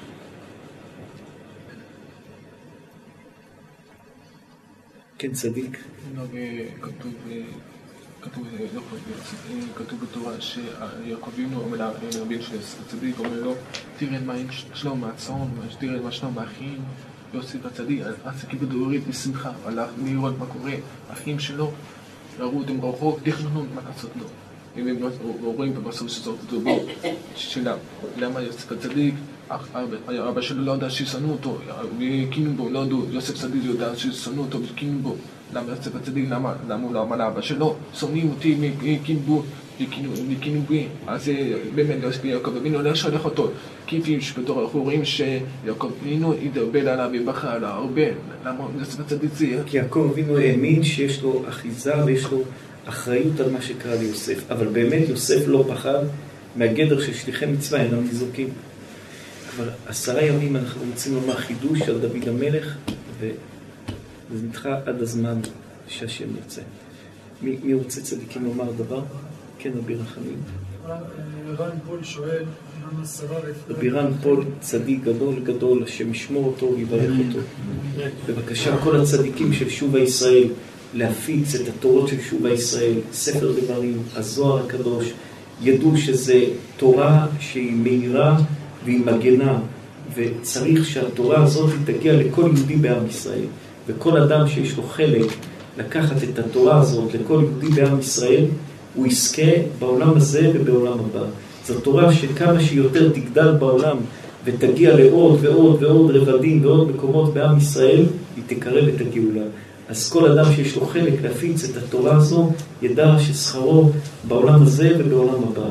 כן, צדיק. כתוב, כתוב, כתוב בתורה שיעקב אבינו אומר לרבי הצדיק, אומר לו, תראה מה שלום מהצאן, תראה מה שלום מהאחים, יוסף הצדיק, אז קיבל הוריד בשמחה, הלך לראות מה קורה, האחים שלו, ראו אותם רחוק, תכננו מה לעשות לו. אם הם רואים במסור שזאת טובות שלה, למה יוסף הצדיק, אבא שלו לא יודע שישנו אותו, וקינו בו, לא ידעו, יוסף הצדיק יודע שישנו אותו וקינו בו. למה יוסף הצדיק, למה הוא לא אמר לאבא שלו? שונאים אותי, קינו בו, וקינו בי. אז באמת יעקב אבינו לא שולח אותו. כפי שבתור אנחנו רואים שיעקב אבינו ידרבל עליו ובכה עליו הרבה. למה יוסף הצדיק זה? כי יעקב אבינו האמין שיש לו אחיזה ויש לו אחריות על מה שקרה ליוסף. אבל באמת יוסף לא פחד מהגדר של שליחי מצווה, אינם ניזוקים. כבר עשרה ימים אנחנו רוצים לומר חידוש על דוד המלך, וזה נדחה עד הזמן שהשם ירצה. מי, מי רוצה צדיקים לומר דבר? כן, רבי רחמים. רן פול שואל, למה שרה... רבי רן פול צדיק גדול גדול, השם ישמור אותו ויברך אותו. בבקשה, כל הצדיקים של שוב הישראל, להפיץ את התורות של שוב הישראל, ספר דברים, הזוהר הקדוש, ידעו שזה תורה שהיא מהירה והיא מגנה, וצריך שהתורה הזאת תגיע לכל יהודי בעם ישראל, וכל אדם שיש לו חלק לקחת את התורה הזאת לכל יהודי בעם ישראל, הוא יזכה בעולם הזה ובעולם הבא. זו תורה שכמה שיותר תגדל בעולם ותגיע לעוד ועוד ועוד רבדים ועוד מקומות בעם ישראל, היא תקרב את הגאולה. אז כל אדם שיש לו חלק להפיץ את התורה הזו, ידע ששכרו בעולם הזה ובעולם הבא.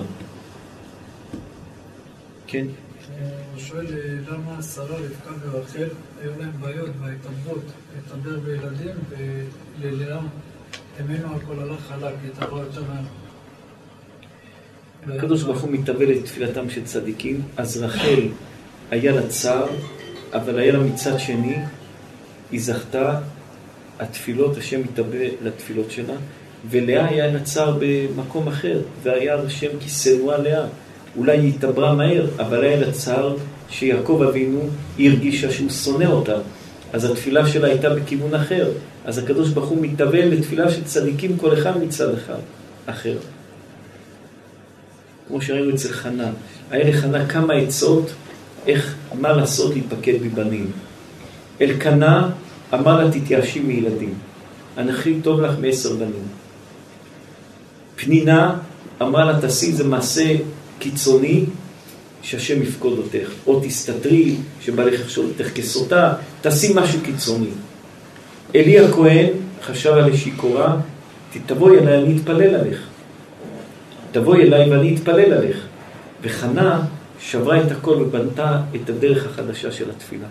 כן? הוא שואל למה שרה, רבקה ורחל היו להם בעיות בהתאבדות, להתאבר בילדים, וללאה אמנו הכל הלך חלק, התאברה יותר מהם. הקדוש ברוך הוא מתאבל לתפילתם של צדיקים, אז רחל היה לה צער, אבל היה לה מצד שני, היא זכתה, התפילות, השם מתאבל לתפילות שלה, ולאה היה לה צער במקום אחר, והיה השם כי שנואה לאה. אולי היא התאברה מהר, אבל היה לה צער שיעקב אבינו, היא הרגישה שהוא שונא אותה. אז התפילה שלה הייתה בכיוון אחר. אז הקדוש ברוך הוא מתאבל לתפילה של צדיקים כל אחד מצד אחד אחר. כמו שראינו אצל חנה. היה לחנה כמה עצות איך, מה לעשות להתפקד בבנים. אלקנה אמר לה תתייאשי מילדים. אנכי טוב לך מעשר בנים. פנינה אמרה לה תעשי איזה מעשה קיצוני שהשם יפקוד אותך. או תסתתרי שבא לך חשוב אותך כסותה, תעשי משהו קיצוני. אלי הכהן חשב עלי שיכורה, תבואי אליי, אני אתפלל עליך. תבואי אליי ואני אתפלל עליך. וחנה שברה את הכל ובנתה את הדרך החדשה של התפילה.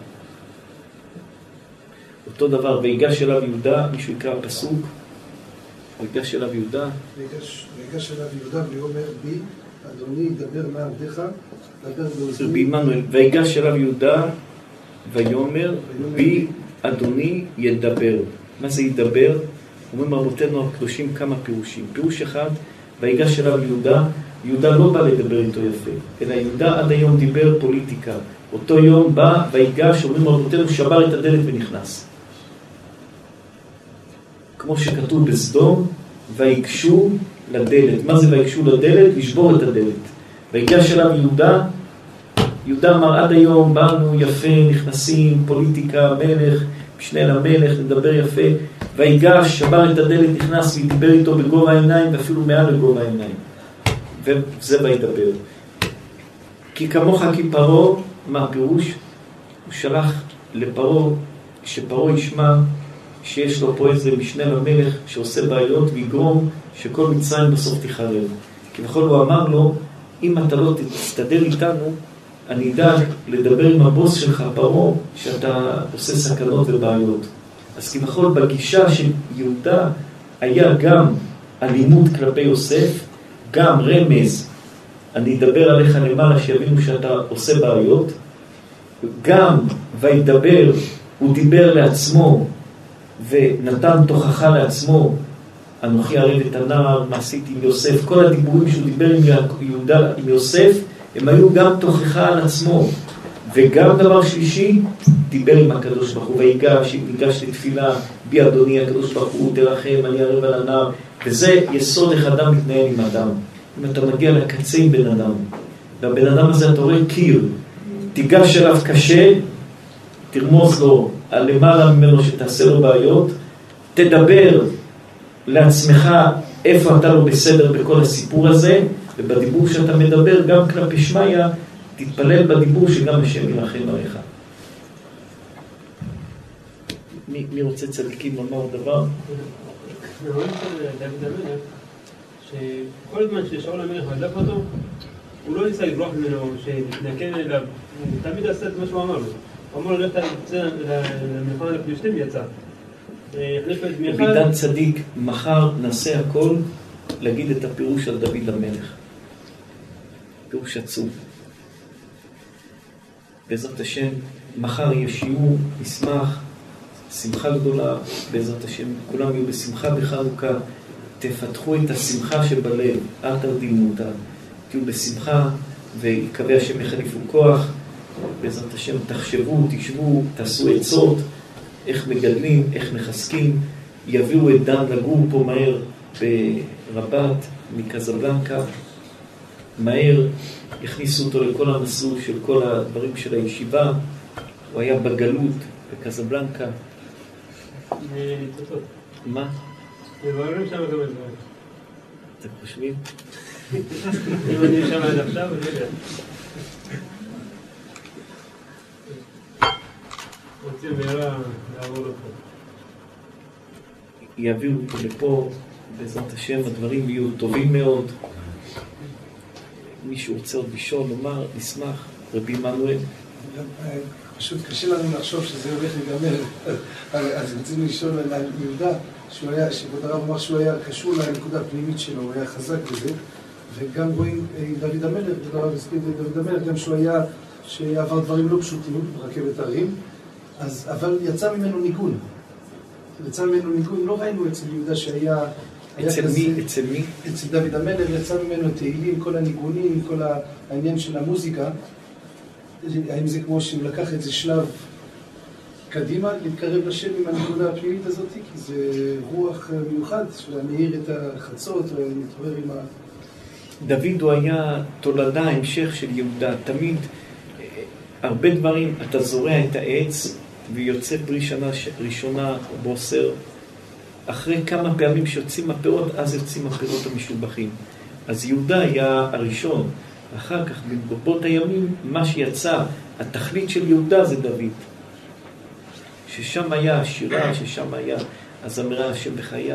אותו דבר, ויגש אליו יהודה, מישהו יקרא פסוק, ויגש אליו יהודה. ויגש אליו יהודה ויאמר בי, אדוני ידבר מעבדך, דבר באוזני. רבי עמנואל, ויגש אליו יהודה ויאמר בי, אדוני ידבר. מה זה ידבר? אומרים רבותינו הקדושים כמה פירושים. פירוש אחד, ויגש אליו יהודה, יהודה לא בא לדבר איתו יפה, אלא יהודה עד היום דיבר פוליטיקה. אותו יום בא ויגש, אומרים רבותינו, שבר את הדלת ונכנס. כמו שכתוב בסדום, ויגשו לדלת. מה זה ויגשו לדלת? לשבור את הדלת. ויגש אליו יהודה, יהודה אמר עד היום, באנו יפה, נכנסים, פוליטיקה, מלך, משנה למלך, נדבר יפה. ויגש, שבר את הדלת, נכנס וידבר איתו בגובה העיניים, ואפילו מעל לגובה העיניים. וזה וידבר. כי כמוך כי פרעה, מה הפירוש? הוא שלח לפרעה, שפרעה ישמע שיש לו פה איזה משנה למלך שעושה בעיות ויגרום שכל מצרים בסוף תחרב. כבכל הוא אמר לו, אם אתה לא תסתדר איתנו, אני אדע לדבר עם הבוס שלך, פרעה, שאתה עושה סכנות ובעיות. אז כבכל בגישה של יהודה היה גם אלימות כלפי יוסף, גם רמז, אני אדבר עליך למעלה שיבינו שאתה עושה בעיות, גם וידבר, הוא דיבר לעצמו ונתן תוכחה לעצמו, אנוכי ערב את הנער, מה עשיתי עם יוסף, כל הדיבורים שהוא דיבר עם יהודה, עם יוסף, הם היו גם תוכחה על עצמו. וגם דבר שלישי, דיבר עם הקדוש ברוך הוא, ויגש, ניגש לתפילה, בי אדוני הקדוש ברוך הוא, תרחם, אני ערב על הנער, וזה יסוד איך אדם מתנהל עם אדם. אם אתה מגיע לקצה עם בן אדם, והבן אדם הזה אתה רואה קיר, תיגש אליו קשה, תרמוז לו על למעלה ממנו שתעשה לו בעיות, תדבר לעצמך איפה אתה לא בסדר בכל הסיפור הזה, ובדיבור שאתה מדבר גם כלפי שמיה, תתפלל בדיבור שגם השם ירחם עליך. מי, מי רוצה צדיקים לומר דבר? נאמרים של דוד המלך, שכל הזמן ששאול המלך הדלק אותו, הוא לא ניסה לברוח ממנו, שנתנקן אליו, הוא תמיד עשה את מה שהוא אמר לו. הוא אמר לו, לך תצא למלחמה לפלישתים יצא. בידן צדיק, מחר נעשה הכל להגיד את הפירוש על דוד המלך. פירוש עצום. בעזרת השם, מחר יהיה שיעור, נשמח, שמחה גדולה, בעזרת השם, כולם יהיו בשמחה בחנוכה, תפתחו את השמחה שבלב, אל תרדימו אותה, תהיו בשמחה, ויקווה השם יחליפו כוח, בעזרת השם, תחשבו, תשבו, תעשו עצות, איך מגדלים, איך מחזקים, יביאו את דן לגור פה מהר ברבת, מקזבלנקה, מהר יכניסו אותו לכל המסלול של כל הדברים של הישיבה, הוא היה בגלות בקזבלנקה. ניצוצות. מה? מבררים שם גם את זה. אתם חושבים? אם אני שם עד עכשיו, אני יודע. רוצים מהרה לעבור לפה. יביאו אותו לפה, בעזרת השם הדברים יהיו טובים מאוד. מישהו רוצה עוד לשאול, לומר, נשמח, רבי מנואל. פשוט קשה לנו לחשוב שזה הולך להיגמר. אז רצינו לשאול על יהודה, שכבוד הרב אמר שהוא היה קשור לנקודה הפנימית שלו, הוא היה חזק בזה, וגם רואים דוד המלך, דוד הרב הזכיר את דוד המלך, גם שהוא היה, שעבר דברים לא פשוטים ברכבת הרים, אז, אבל יצא ממנו ניגון. יצא ממנו ניגון, לא ראינו אצל יהודה שהיה... אצל מי? אצל מי? אצל דוד המלך יצא ממנו תהילים, כל הניגונים, כל העניין של המוזיקה. האם זה כמו שהוא לקח את זה שלב קדימה, להתקרב לשם עם הנקודה הפנימית הזאת, כי זה רוח מיוחד, שמאיר את החצות ומתעורר עם ה... דוד הוא היה תולדה, המשך של יהודה. תמיד, הרבה דברים, אתה זורע את העץ ויוצא פרי שנה ראשונה בוסר. אחרי כמה פעמים שיוצאים הפירות, אז יוצאים הפירות המשובחים. אז יהודה היה הראשון. אחר כך, ברבות הימים, מה שיצא, התכלית של יהודה זה דוד. ששם היה השירה, ששם היה הזמרה השם בחיי.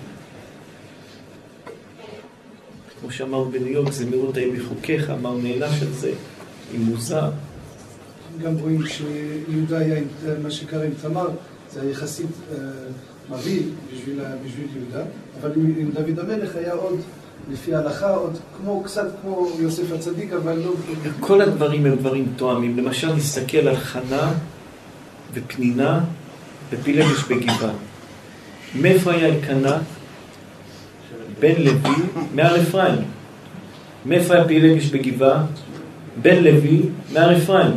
כמו שאמר בניו יורק, זה מרות היה בחוקיך, אמר נענש על זה, עם מוזר. גם רואים שיהודה היה מה שקרה עם תמר, זה היה יחסית מביא בשביל, בשביל יהודה, אבל עם דוד המלך היה עוד, לפי ההלכה, עוד כמו, קצת כמו יוסף הצדיק, אבל לא... כל הדברים הם דברים תואמים. למשל, נסתכל על חנה ופנינה ופילגש בגבעה. מאיפה היה אלקנה? בן לוי, מעל אפרים. מאיפה היה פילגש בגבעה? בן לוי, מעל אפרים.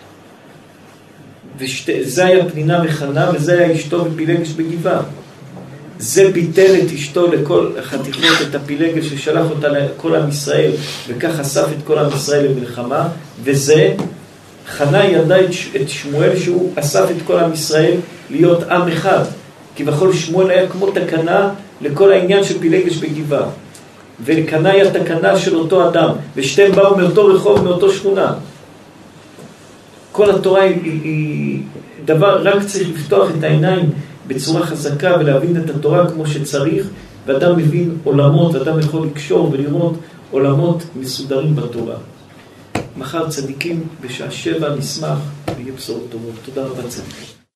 וזה היה פנינה וחנה, וזה היה אשתו בפילגש בגבעה. זה ביטל את אשתו לכל החתיכות, את הפילגש ששלח אותה לכל עם ישראל, וכך אסף את כל עם ישראל למלחמה, וזה חנה ידע את שמואל שהוא אסף את כל עם ישראל להיות עם אחד, כי בכל שמואל היה כמו תקנה לכל העניין של פילגש בגבעה, ולקנה היה תקנה של אותו אדם, ושתיהם באו מאותו רחוב, מאותו שכונה. כל התורה היא, היא, היא דבר, רק צריך לפתוח את העיניים בצורה חזקה ולהבין את התורה כמו שצריך, ואדם מבין עולמות, ואדם יכול לקשור ולראות עולמות מסודרים בתורה. מחר צדיקים בשעה שבע נשמח ויהיה בשורות טובות. תודה רבה צדיקים.